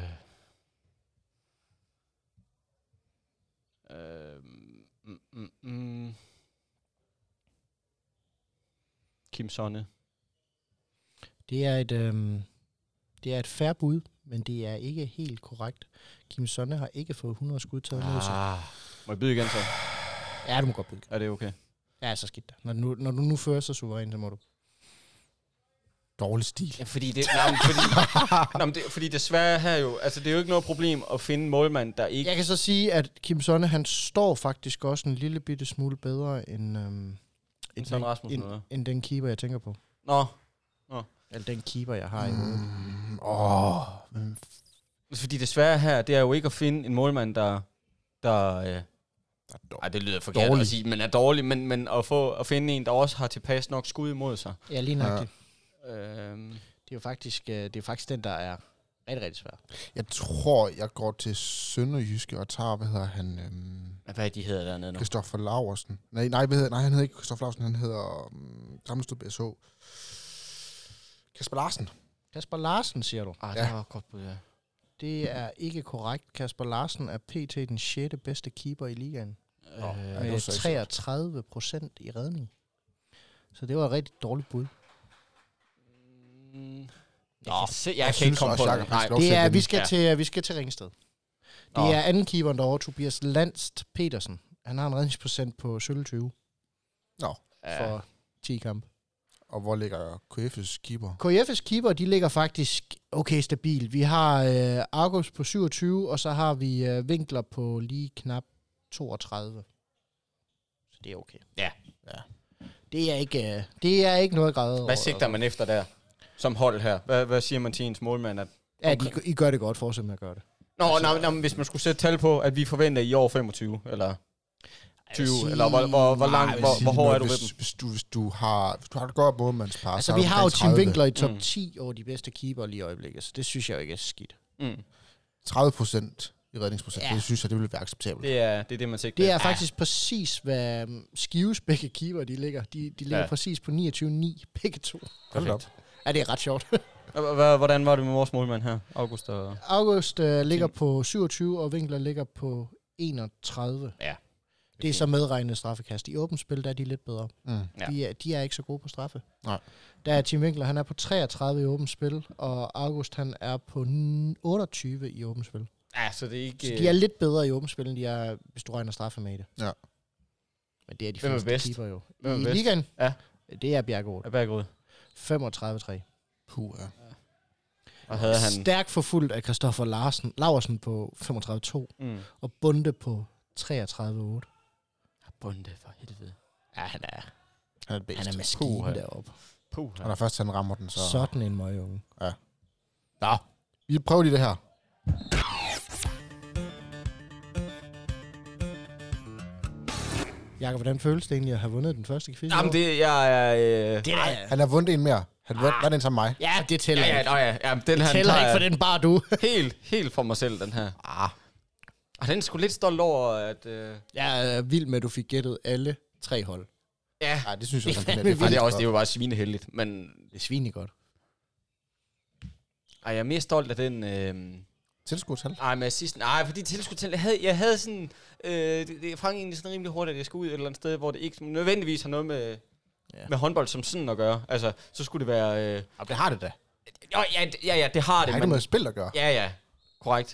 Kim Sonne. Det er et fair bud, men det er ikke helt korrekt. Kim Sonne har ikke fået 100 skud taget mod sig. Må jeg byde igen så? Ja, du må godt byde. Er det okay? Ja, så skidt da. Når du nu fører så suverænt, så må du. Dårlig stil. Ja, fordi det svære her jo, altså det er jo ikke noget problem at finde en målmand, der ikke... Jeg kan så sige, at Kim Sonne, han står faktisk også en lille bitte smule bedre end den keeper, jeg tænker på. Nå. Eller den keeper, jeg har i hovedet. Fordi det svære her, det er jo ikke at finde en målmand, der det lyder forkert dårlig at sige, men er dårlig, men at finde en, der også har tilpas nok skud imod sig. Ja, lige nok det. Det er jo faktisk den, der er rigtig, rigtig svær. Jeg tror, jeg går til Sønderjyske og tager, hvad hedder han? Hvad er de hedder dernede nu? Christoffer Laursen. Nej, han hedder ikke Christoffer Laursen, han hedder Gammelstub BSH. Kasper Larsen. Kasper Larsen, siger du? Det var godt bud, ja. Det er ikke korrekt. Kasper Larsen er pt. Den 6. bedste keeper i ligaen. Med 33% i redning. Så det var et rigtig dårligt bud. Jeg kan ikke komme på det. Nej, det er, vi skal til Ringsted. Det er anden keeperen derovre, Tobias Landst Petersen. Han har en redningsprocent på 27. For 10 kampe. Og hvor ligger KF's keeper? KF's keeper, de ligger faktisk okay stabil. Vi har August på 27, og så har vi Winkler på lige knap 32. Så det er okay. Ja. Det er ikke noget grad. Hvad sigter man efter der? Som hold her. Hvad siger man til ens målmand? I gør det godt, fortsæt med at gøre det. Nå, hvis man skulle sætte tal på, at vi forventer i år 25, eller 20, eller hvor hård er du ved dem? Hvis du har det godt målmandspar, altså, vi har jo Tim Winkler i top 10 over de bedste keeper lige i øjeblikket, så det synes jeg jo ikke er skidt. 30% i redningsprocent, det synes jeg, det vil være acceptabelt. Det er det, man sigter. Det er faktisk præcis, hvad Skives begge keeper, de ligger. De ligger præcis på 29,9 begge to. Hold op. Ja, det er ret sjovt. Hvordan var det med vores målmand her, August? August ligger på 27, og Winkler ligger på 31. Ja. Det er så medregnet straffekast. I åbent spil, der er de lidt bedre. De er ikke så gode på straffe. Nej. Der er Tim Winkler, han er på 33 i åbent spil, og August, han er på 28 i åbent spil. Ja, så det er ikke... Så de er lidt bedre i åbent spil, end de er, hvis du regner straffe med det. Ja. Men det er de fleste keeper jo. I ligaen, det er Bjergård. Bjergård. 35-3. Puh, ja. Og havde han... Stærkt forfulgt af Christoffer Laursen på 35-2, og Bunde på 33-8. Bunde, for helvede. Ja, han er han er maskinen deroppe. Og når først han rammer den, så... Sådan en møgunge. Ja. Nå, vi prøver lige det her. Jakob, hvordan føles det egentlig at have vundet den første quiz? Jamen, Han har vundet en mere. Var det en som mig? Ja, det tæller ikke. Den det tæller ikke for den bare du. helt for mig selv, den her. Og den er sgu lidt stolt over, at... Jeg er vild med, at du fik gættet alle 3 hold. Ja, det synes jeg det er jo bare svineheldigt, men... Det er svinegodt. Jeg er mere stolt af den... Tilskudtal? Fordi tilskudtal... Jeg havde sådan... Det fangede egentlig sådan rimelig hurtigt, at jeg skulle ud et eller andet sted, hvor det ikke nødvendigvis har noget med håndbold som sådan at gøre. Altså, så skulle det være... det har det da. Ja, det har det. Det har ikke med spil at gøre. Ja, korrekt.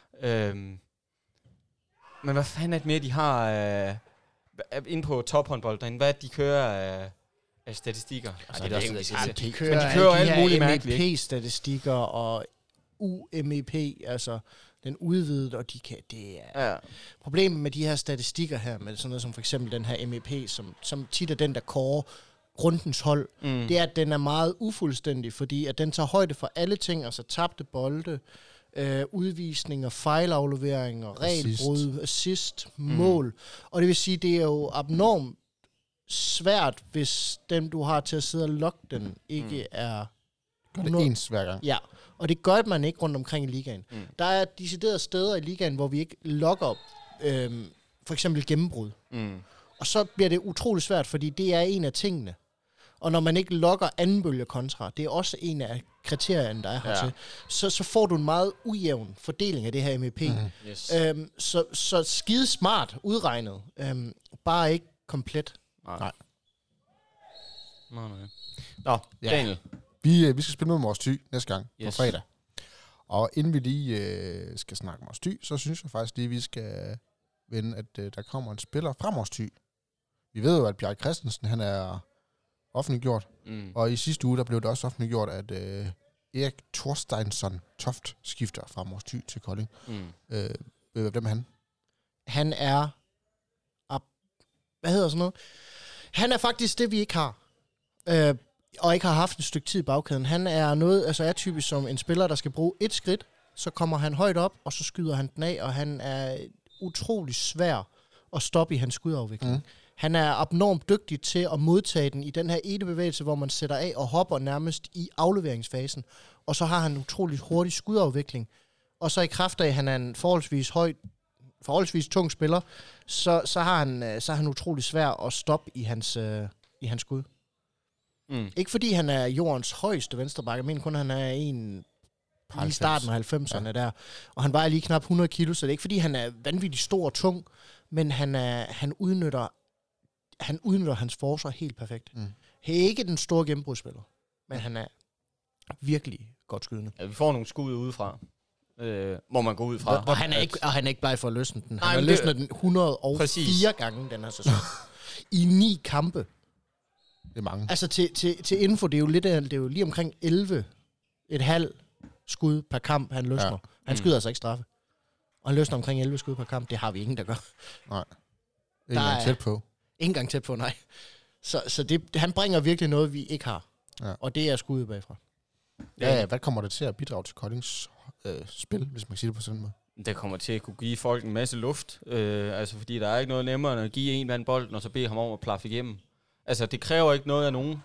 Men hvad fanden er det mere, de har inde på tophåndbold derinde? Hvad de kører af statistikker? De kører alt muligt mærkeligt. MEP-statistikker og UMEP, altså den udvidede, og de kan... Det er problemet med de her statistikker her, med sådan noget som for eksempel den her MEP, som tit er den, der kårer rundens hold, det er, at den er meget ufuldstændig, fordi at den tager højde for alle ting, altså tabte bolde, udvisninger, fejlafleveringer, regelbrud, assist, mål. Og det vil sige, det er jo abnormt svært, hvis dem, du har til at sidde og logge den, ikke er... Gør det ens hver gang. Ja, og det gør man ikke rundt omkring i ligaen. Der er deciderede steder i ligaen, hvor vi ikke logger for eksempel gennembrud. Og så bliver det utrolig svært, fordi det er en af tingene. Og når man ikke logger andenbølge kontra, det er også en af kriterierne, der er hertil, så får du en meget ujævn fordeling af det her MEP. Yes. Så skide smart udregnet. Bare ikke komplet. Nej. Nå, Daniel. Vi skal spille med vores ty næste gang på fredag. Og inden vi lige skal snakke om vores ty, så synes jeg faktisk lige, vi skal vende, at der kommer en spiller fra vores ty. Vi ved jo, at Bjarke Christensen, han er offentliggjort. Og i sidste uge, der blev det også offentliggjort, at Erik Thorsteinsson Toft skifter fra Mors Thy til Kolding. Hvem er han? Han er... Hvad hedder sådan noget? Han er faktisk det, vi ikke har. Og ikke har haft et stykke tid i bagkæden. Han er noget, altså er typisk som en spiller, der skal bruge et skridt, så kommer han højt op, og så skyder han den af, og han er utrolig svær at stoppe i hans skudafvikling. Han er abnormt dygtig til at modtage den i den her ene bevægelse, hvor man sætter af og hopper nærmest i afleveringsfasen. Og så har han en utrolig hurtig skudafvikling. Og så i kraft af, at han er en forholdsvis tung spiller, så er han utrolig svær at stoppe i hans skud. Ikke fordi han er jordens højeste venstreback. Jeg mener kun, han er lige i starten af 90'erne der. Og han vejer lige knap 100 kilo, så det er ikke fordi, han er vanvittigt stor og tung, men han udnytter hans forsvar helt perfekt. Han er ikke den store gennembrudsspiller, men han er virkelig godt skydende. Ja, vi får nogle skud udefra. Må man gå ud fra. Og han er ikke bleg for at løsne den. Han har løsnet den 104 gange den her sæson. I 9 kampe. Det er mange. Altså til info, det er jo lige omkring 11,5 skud per kamp, han løsner. Ja. Han skyder altså ikke straffe. Og han løsner omkring 11 skud per kamp. Det har vi ingen, der gør. Nej. Ikke engang tæt på. Ikke engang tæt på, nej. Så han bringer virkelig noget, vi ikke har. Ja. Og det er skuddet bagfra. Ja, hvad kommer det til at bidrage til Koldings spil, hvis man kan sige det på sådan en måde? Det kommer til at kunne give folk en masse luft. Altså, fordi der er ikke noget nemmere end at give en mand bolden, og så bede ham om at plaffe igennem. Altså, det kræver ikke noget af nogen.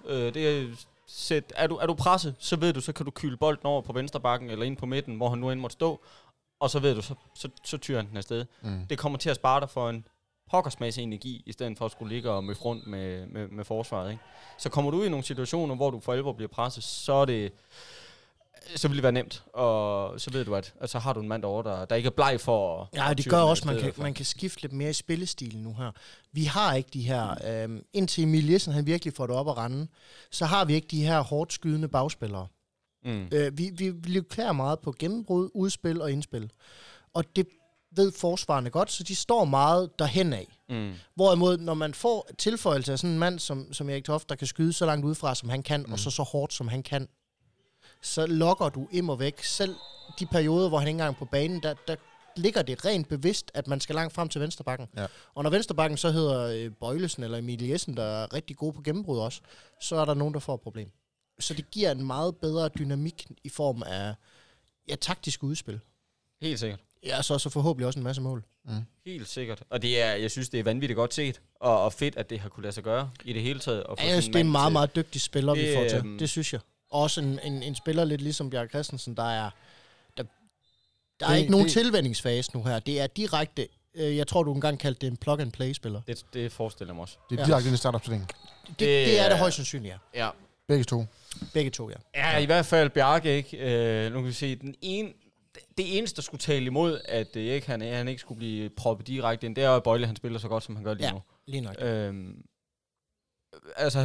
Er du presset, så ved du, så kan du kyle bolden over på venstre bakken, eller ind på midten, hvor han nu end måtte stå. Og så ved du, så tyrer han den afsted. Det kommer til at spare dig for en pokkersmasse energi, i stedet for at skulle ligge og møffe rundt med forsvaret. Ikke? Så kommer du ud i nogle situationer, hvor du for alvor bliver presset, så vil det være nemt. Og så ved du, at så har du en mand derovre, der ikke er bleg for... Ja, det gør også, man kan skifte lidt mere i spillestilen nu her. Vi har ikke de her... indtil Emil Jessen, han virkelig får det op at rende, så har vi ikke de her hårdt skydende bagspillere. Vi klæder meget på gennembrud, udspil og indspil. Og det ved forsvarerne godt, så de står meget derhen af. Hvorimod, når man får tilføjelse af sådan en mand, som Erik Toft, der kan skyde så langt udefra, som han kan, og så hårdt, som han kan, så lokker du immer væk. Selv de perioder, hvor han ikke engang er på banen, der ligger det rent bevidst, at man skal langt frem til venstrebakken. Ja. Og når venstrebakken så hedder Bøjlesen eller Emil Jessen, der er rigtig gode på gennembrud også, så er der nogen, der får et problem. Så det giver en meget bedre dynamik i form af taktisk udspil. Helt sikkert. Ja, så forhåbentlig også en masse mål. Helt sikkert. Og jeg synes, det er vanvittigt godt set, og fedt, at det har kunne lade sig gøre i det hele taget. Jeg synes, det er en meget, meget dygtig spiller, vi får til. Det synes jeg. Også en spiller lidt ligesom Bjarke Christensen, der er ikke nogen tilvændingsfase nu her. Det er direkte, jeg tror, du engang kaldte det en plug-and-play-spiller. Det forestiller mig også. Det er direkte en startup-stilling. Det er det højst sandsynligt, ja. Begge to, ja. Ja, i hvert fald Bjarke, ikke? Nu kan vi se, det eneste, der skulle tale imod, at han ikke skulle blive proppet direkte ind, det er, at Bøjle, han spiller så godt, som han gør lige nu. Lige nok. Altså,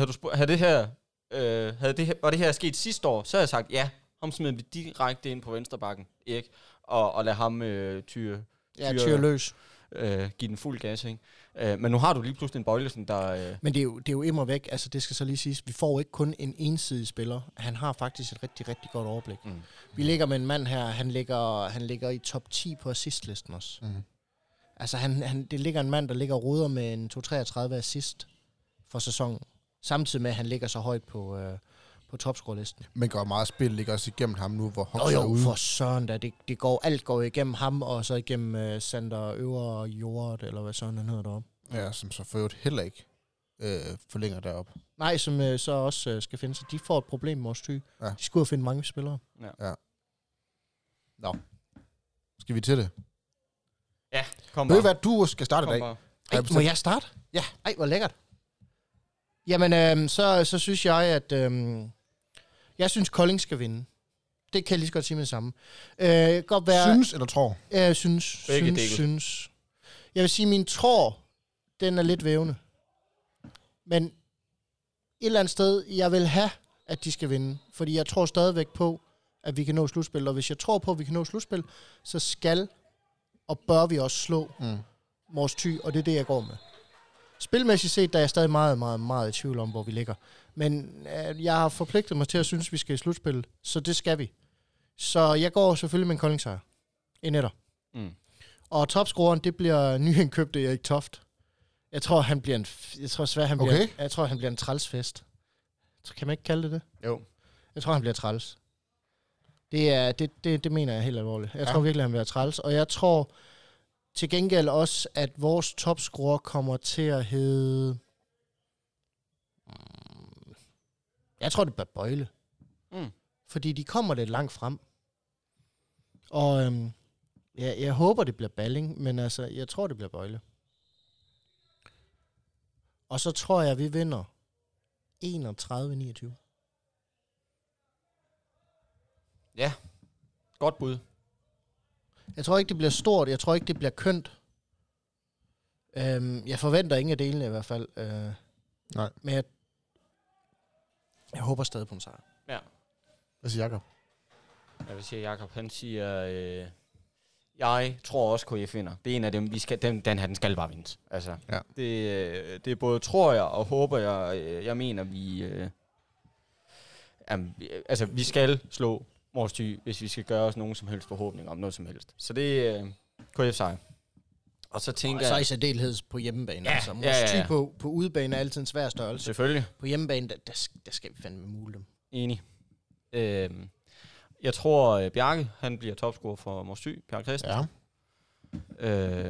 var det her sket sidste år, så havde jeg sagt, ja, ham smider vi direkte ind på venstrebakken, Erik, og lad ham tyre løs. Give den fuld gas, ikke? Men nu har du lige pludselig en Bøjlesen, der... Men det er jo immer væk. Altså, det skal så lige siges. Vi får ikke kun en ensidig spiller. Han har faktisk et rigtig, rigtig godt overblik. Vi ligger med en mand her, han ligger i top 10 på assistlisten også. Altså, det ligger en mand, der ligger og roder med en 2-33 assist for sæsonen. Samtidig med, at han ligger så højt på topscore-listen. Men går meget spil ligger også igennem ham nu, hvor Hox er ude. For søren da. Alt går igennem ham, og så igennem Sander Øvre Jord, eller hvad sådan han hedder deroppe. Ja, som så for øvrigt heller ikke forlænger deroppe. Nej, som så også skal finde sig. De får et problem med vores ty. Ja. De skal ud og finde mange spillere. Ja. Nå. Skal vi til det? Ja, kom bare. Ved du hvad, du skal starte i dag? Må jeg starte? Ja. Ej, hvor lækkert. Jamen, så synes jeg, at... jeg synes, Kolding skal vinde. Det kan jeg lige så godt sige med det samme. Godt være, synes eller tror? Jeg synes. Jeg vil sige, min tror, den er lidt vævende. Men et eller andet sted, jeg vil have, at de skal vinde. Fordi jeg tror stadigvæk på, at vi kan nå slutspil. Og hvis jeg tror på, at vi kan nå slutspil, så skal og bør vi også slå vores ty. Og det er det, jeg går med. Spilmæssigt set, der er jeg stadig meget, meget, meget i tvivl om, hvor vi ligger. Men jeg har forpligtet mig til at synes, vi skal i slutspil, så det skal vi. Så jeg går selvfølgelig med en Kolding-sejr. En etter. Og topscoreren, det bliver nyindkøbte Erik Toft. Jeg tror, han bliver en trælsfest. Kan man ikke kalde det? Jo. Jeg tror, han bliver træls. Det mener jeg helt alvorligt. Jeg tror virkelig, han bliver træls. Og jeg tror til gengæld også, at vores topscorer kommer til at hedde... Jeg tror, det bliver Bøjle. Fordi de kommer lidt langt frem. Og jeg håber, det bliver Balling, men altså, jeg tror, det bliver Bøjle. Og så tror jeg, vi vinder 31-29. Ja, Godt bud. Jeg tror ikke, det bliver stort. Jeg tror ikke, det bliver kønt. Jeg forventer ingen af delene i hvert fald. Nej. Men jeg håber stadig på en sejr. Ja. Hvad siger Jakob? Jeg vil sige, Jakob, han siger, jeg tror også, KF vinder. Det er en af dem, den her, den skal bare vindes. Altså, ja. Det er både tror jeg og håber jeg mener, vi skal slå Mors Thy, hvis vi skal gøre os nogen som helst forhåbning om noget som helst. Så det er KF sejr. Og så tænker jeg... Og så i særdeleshed på hjemmebane. Ja, altså. Mors Thy på udebane er altid en svær størrelse. Selvfølgelig. På hjemmebane, der skal vi fandme mule dem. Enig. Jeg tror, Bjarke, han bliver topscorer for Mors Thy, Bjarke Christensen. Ja.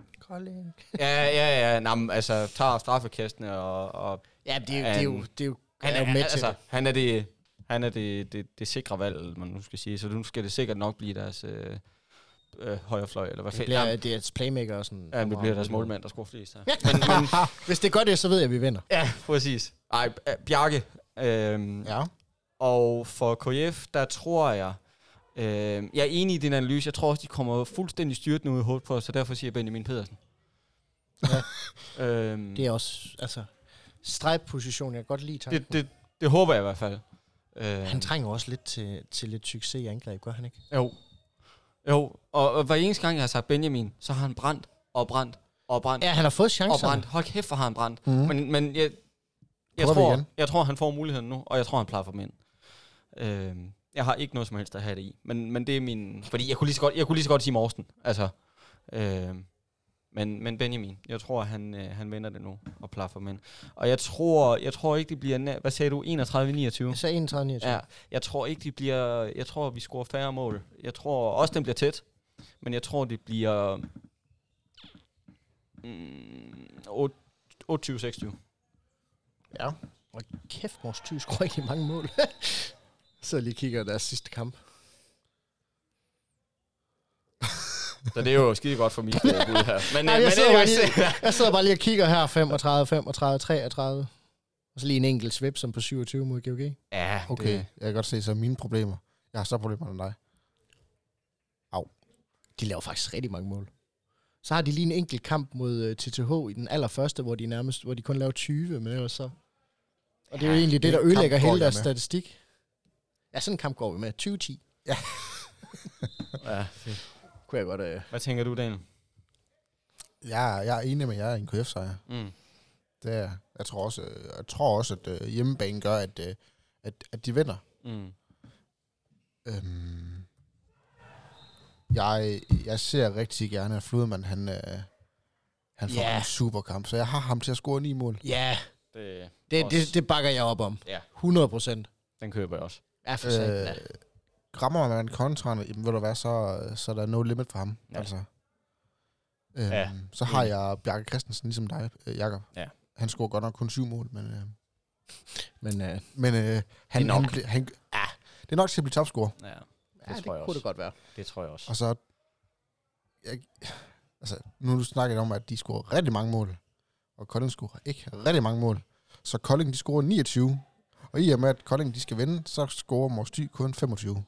Ja. Nå, men, altså, tager straffekastene og ja, det er jo han er jo med altså, til han er det sikre valg, man nu skal sige. Så nu skal det sikkert nok blive deres højrefløj, eller hvad det er et playmaker og sådan. Ja, det bliver deres målmand, der scorer flest her. men hvis det gør det, så ved jeg, at vi vinder. Ja, præcis. Ej, Bjarke. Ja. Og for KF, der tror jeg... jeg er enig i din analyse. Jeg tror også, de kommer fuldstændig styrtende ud i hovedet på os, så derfor siger Benjamin Pedersen. Ja. Det er også... Altså, stregposition, jeg kan godt lide tanken. Det håber jeg i hvert fald. Han trænger også lidt til lidt succes i angreb, gør han ikke? Jo, og hver eneste gang, jeg har sagt Benjamin, så har han brændt. Ja, han har fået chancen. Hold kæft, hvor har han brændt. Mm-hmm. Men jeg tror, han får muligheden nu, og jeg tror, han plejer for mænd. Jeg har ikke noget som helst at have det i. Men det er min... Fordi jeg kunne lige så godt sige Morsten. Altså... Men Benjamin, jeg tror, han vinder det nu og plejer for mænd. Og jeg tror ikke, det bliver... Hvad sagde du? 31-29? Jeg sagde 31-29. Ja, jeg tror ikke, det bliver... Jeg tror, vi scorer færre mål. Jeg tror også, den bliver tæt. Men jeg tror, det bliver... 28-26. Ja. Og kæft, Mors Thy scorer rigtig mange mål. Så lige kigger deres sidste kamp. Så det er jo skide godt for mit bud her. Men, jeg sidder bare lige og kigger her. 35, 35, 33. Og så lige en enkelt svip, som på 27 mod GOG. Ja, okay. Jeg kan godt se så mine problemer. Jeg har så problemer end dig. Au. De laver faktisk rigtig mange mål. Så har de lige en enkelt kamp mod TTH i den allerførste, hvor de kun laver 20, men ellers så... Og det er jo egentlig det, der ødelægger hele deres statistik. Ja, sådan en kamp går vi med. 20-10. Ja. Ja, fedt. Kunne jeg godt... Hvad tænker du, Daniel? Jeg er enig med jer i en KF-sejr. Mm. Det er, jeg tror også, at hjemmebanen gør, at de vinder. Mm. Jeg ser rigtig gerne, at Flodman, han får en superkamp, så jeg har ham til at score 9 mål. Ja, det bakker jeg op om. Ja. 100%. Den køber jeg også. Ja, for satan. Rammer man kontraen, ved du hvad, så er der no limit for ham. Ja. Altså. Så har jeg Bjarke Christensen, ligesom dig, Jakob. Ja. Han scorer godt nok kun 7 mål, men han, det er nok. Det er nok til at blive topscorer. Ja, det kunne det godt være. Det tror jeg også. Og så, nu snakker jeg om, at de scorer rigtig mange mål, og Kolding scorer ikke rigtig mange mål. Så Kolding, de scorer 29, og i og med, at Kolding, de skal vinde, så scorer Mors Thy kun 25.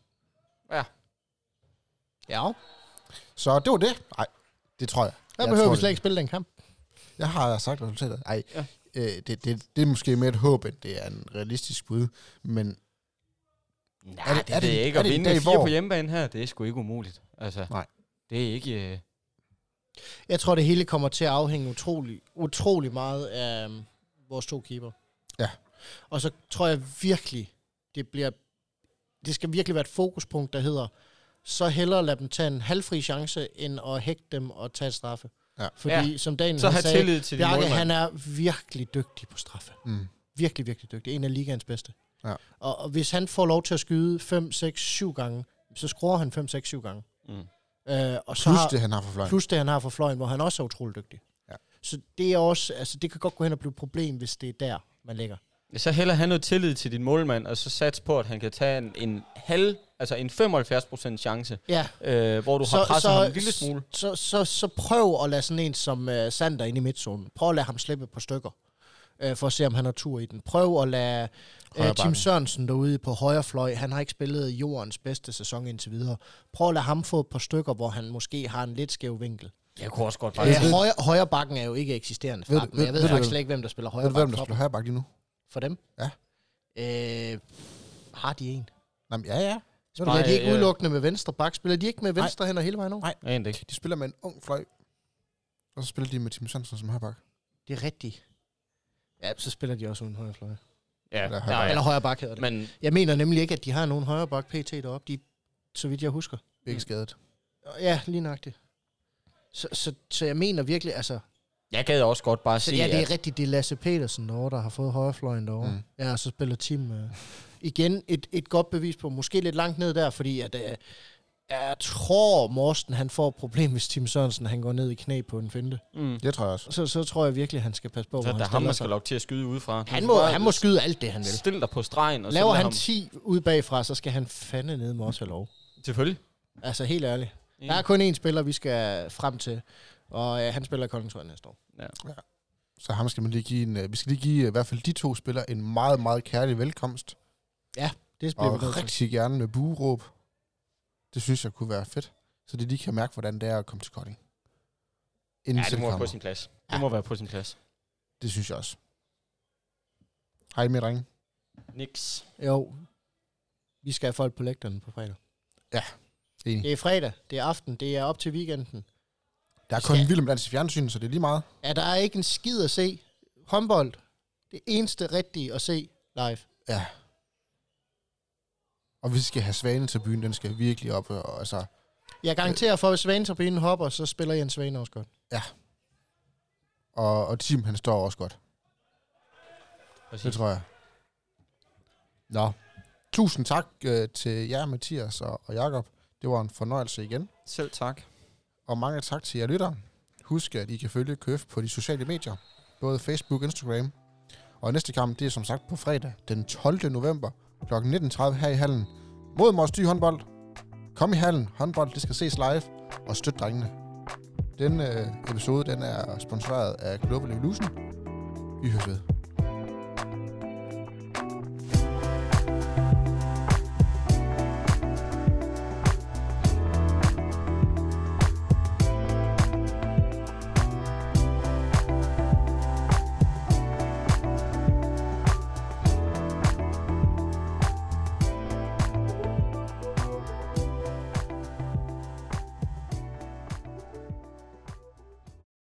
Ja. Så det var det. Nej, det tror jeg. Der behøver vi slet ikke spille den kamp. Jeg har sagt resultatet. Nej, det er måske mere et håb, end det er en realistisk bud, men... Nej, det er ikke at vinde 4 på hjemmebane her. Det er sgu ikke umuligt. Altså, nej. Det er ikke... Jeg tror, det hele kommer til at afhænge utrolig meget af vores 2 keeper. Ja. Og så tror jeg virkelig, det skal virkelig være et fokuspunkt, der hedder, så hellere lade dem tage en halvfri chance, end at hægte dem og tage et straffe. Ja. Fordi som Daniel så sagde, til Bjarke, han er virkelig dygtig på straffe. Mm. Virkelig, virkelig dygtig. En af ligaens bedste. Ja. Og hvis han får lov til at skyde 5, 6, 7 gange, så skruer han 5, 6, 7 gange. Mm. Og plus det, han har for fløjen. Plus det, han har for fløjen, hvor han også er utrolig dygtig. Ja. Så det er også, altså det kan godt gå hen og blive et problem, hvis det er der, man ligger. Så hellere have noget tillid til din målmand, og så sats på, at han kan tage en 75% chance, hvor du har presset ham en lille smule. Så prøv at lade sådan en som Sander ind i midtzonen. Prøv at lade ham slippe på stykker, for at se, om han har tur i den. Prøv at lade Tim Sørensen derude på højre fløj, han har ikke spillet jordens bedste sæson indtil videre. Prøv at lade ham få et par stykker, hvor han måske har en lidt skæv vinkel. Jeg kunne også godt bare... Højre bakken er jo ikke eksisterende for men jeg ved faktisk slet ikke, hvem der spiller højre bakken. Hvem der spiller højre bakke lige nu? For dem? Ja. Har de en? Jamen, ja. Spiller de ikke udelukkende med venstre bak? Spiller de ikke med venstre hænder hele vejen over? Nej, egentlig ikke. De spiller med en ung fløj, og så spiller de med Tim Sørensen som højre bak. Det er rigtigt. Ja, så spiller de også uden højre fløj. Ja, eller højre bak hedder det. Men jeg mener nemlig ikke, at de har nogen højre bak PT deroppe, så vidt jeg husker. Ikke skadet. Ja, lige nøjagtigt. Så jeg mener virkelig, altså... Jeg gad også godt bare sige, ja, det er rigtigt, det er Lasse Petersen derovre, der har fået højrefløjen derovre. Mm. Ja, og så spiller Tim... igen, et godt bevis på, måske lidt langt ned der, fordi at... jeg tror, Morsten, han får et problem, hvis Tim Sørensen, han går ned i knæ på en finte. Mm. Det tror jeg også. Så tror jeg virkelig, han skal passe på, hvor han stiller ham, man skal lokke til at skyde udefra. Han må skyde alt det, han vil. Stil dig på stregen. Og laver han 10 ud bagfra, så skal han fandme ned med os have lov. Selvfølgelig. Altså, helt ærligt. Der er kun én spiller, vi skal frem til, og han spiller i Kolding næste år. Ja. Så ham skal man lige give vi skal lige give i hvert fald de to spillere en meget, meget kærlig velkomst. Ja, det bliver og rigtig gerne med bueråb. Det synes jeg kunne være fedt. Så de lige kan mærke, hvordan det er at komme til Kolding. Ja, det må være på sin plads. Det må være på sin plads. Det synes jeg også. Hej med, drenge. Niks. Jo. Vi skal have folk på lægterne på fredag. Ja, enig. Det er fredag, det er aften, det er op til weekenden. Der er kun en vild dans i fjernsynet, så det er lige meget. Ja, der er ikke en skid at se. Håndbold, det eneste rigtige at se live. Ja. Og vi skal have Svane til byen, den skal virkelig op. Og, altså, jeg garanterer for, at hvis Svane til byen hopper, så spiller Jens Svane også godt. Ja. Og Tim, han står også godt. Præcis. Det tror jeg. Nå. Tusind tak til jer, Mathias og Jakob. Det var en fornøjelse igen. Selv tak. Og mange tak til jer lyttere. Husk, at I kan følge KF på de sociale medier. Både Facebook og Instagram. Og næste kamp, det er som sagt på fredag, den 12. november kl. 19.30 her i hallen. Mod Mors Thy håndbold. Kom i hallen. Håndbold, det skal ses live. Og støt drengene. Den episode, den er sponsoreret af Global Evolution. Vi høres ved.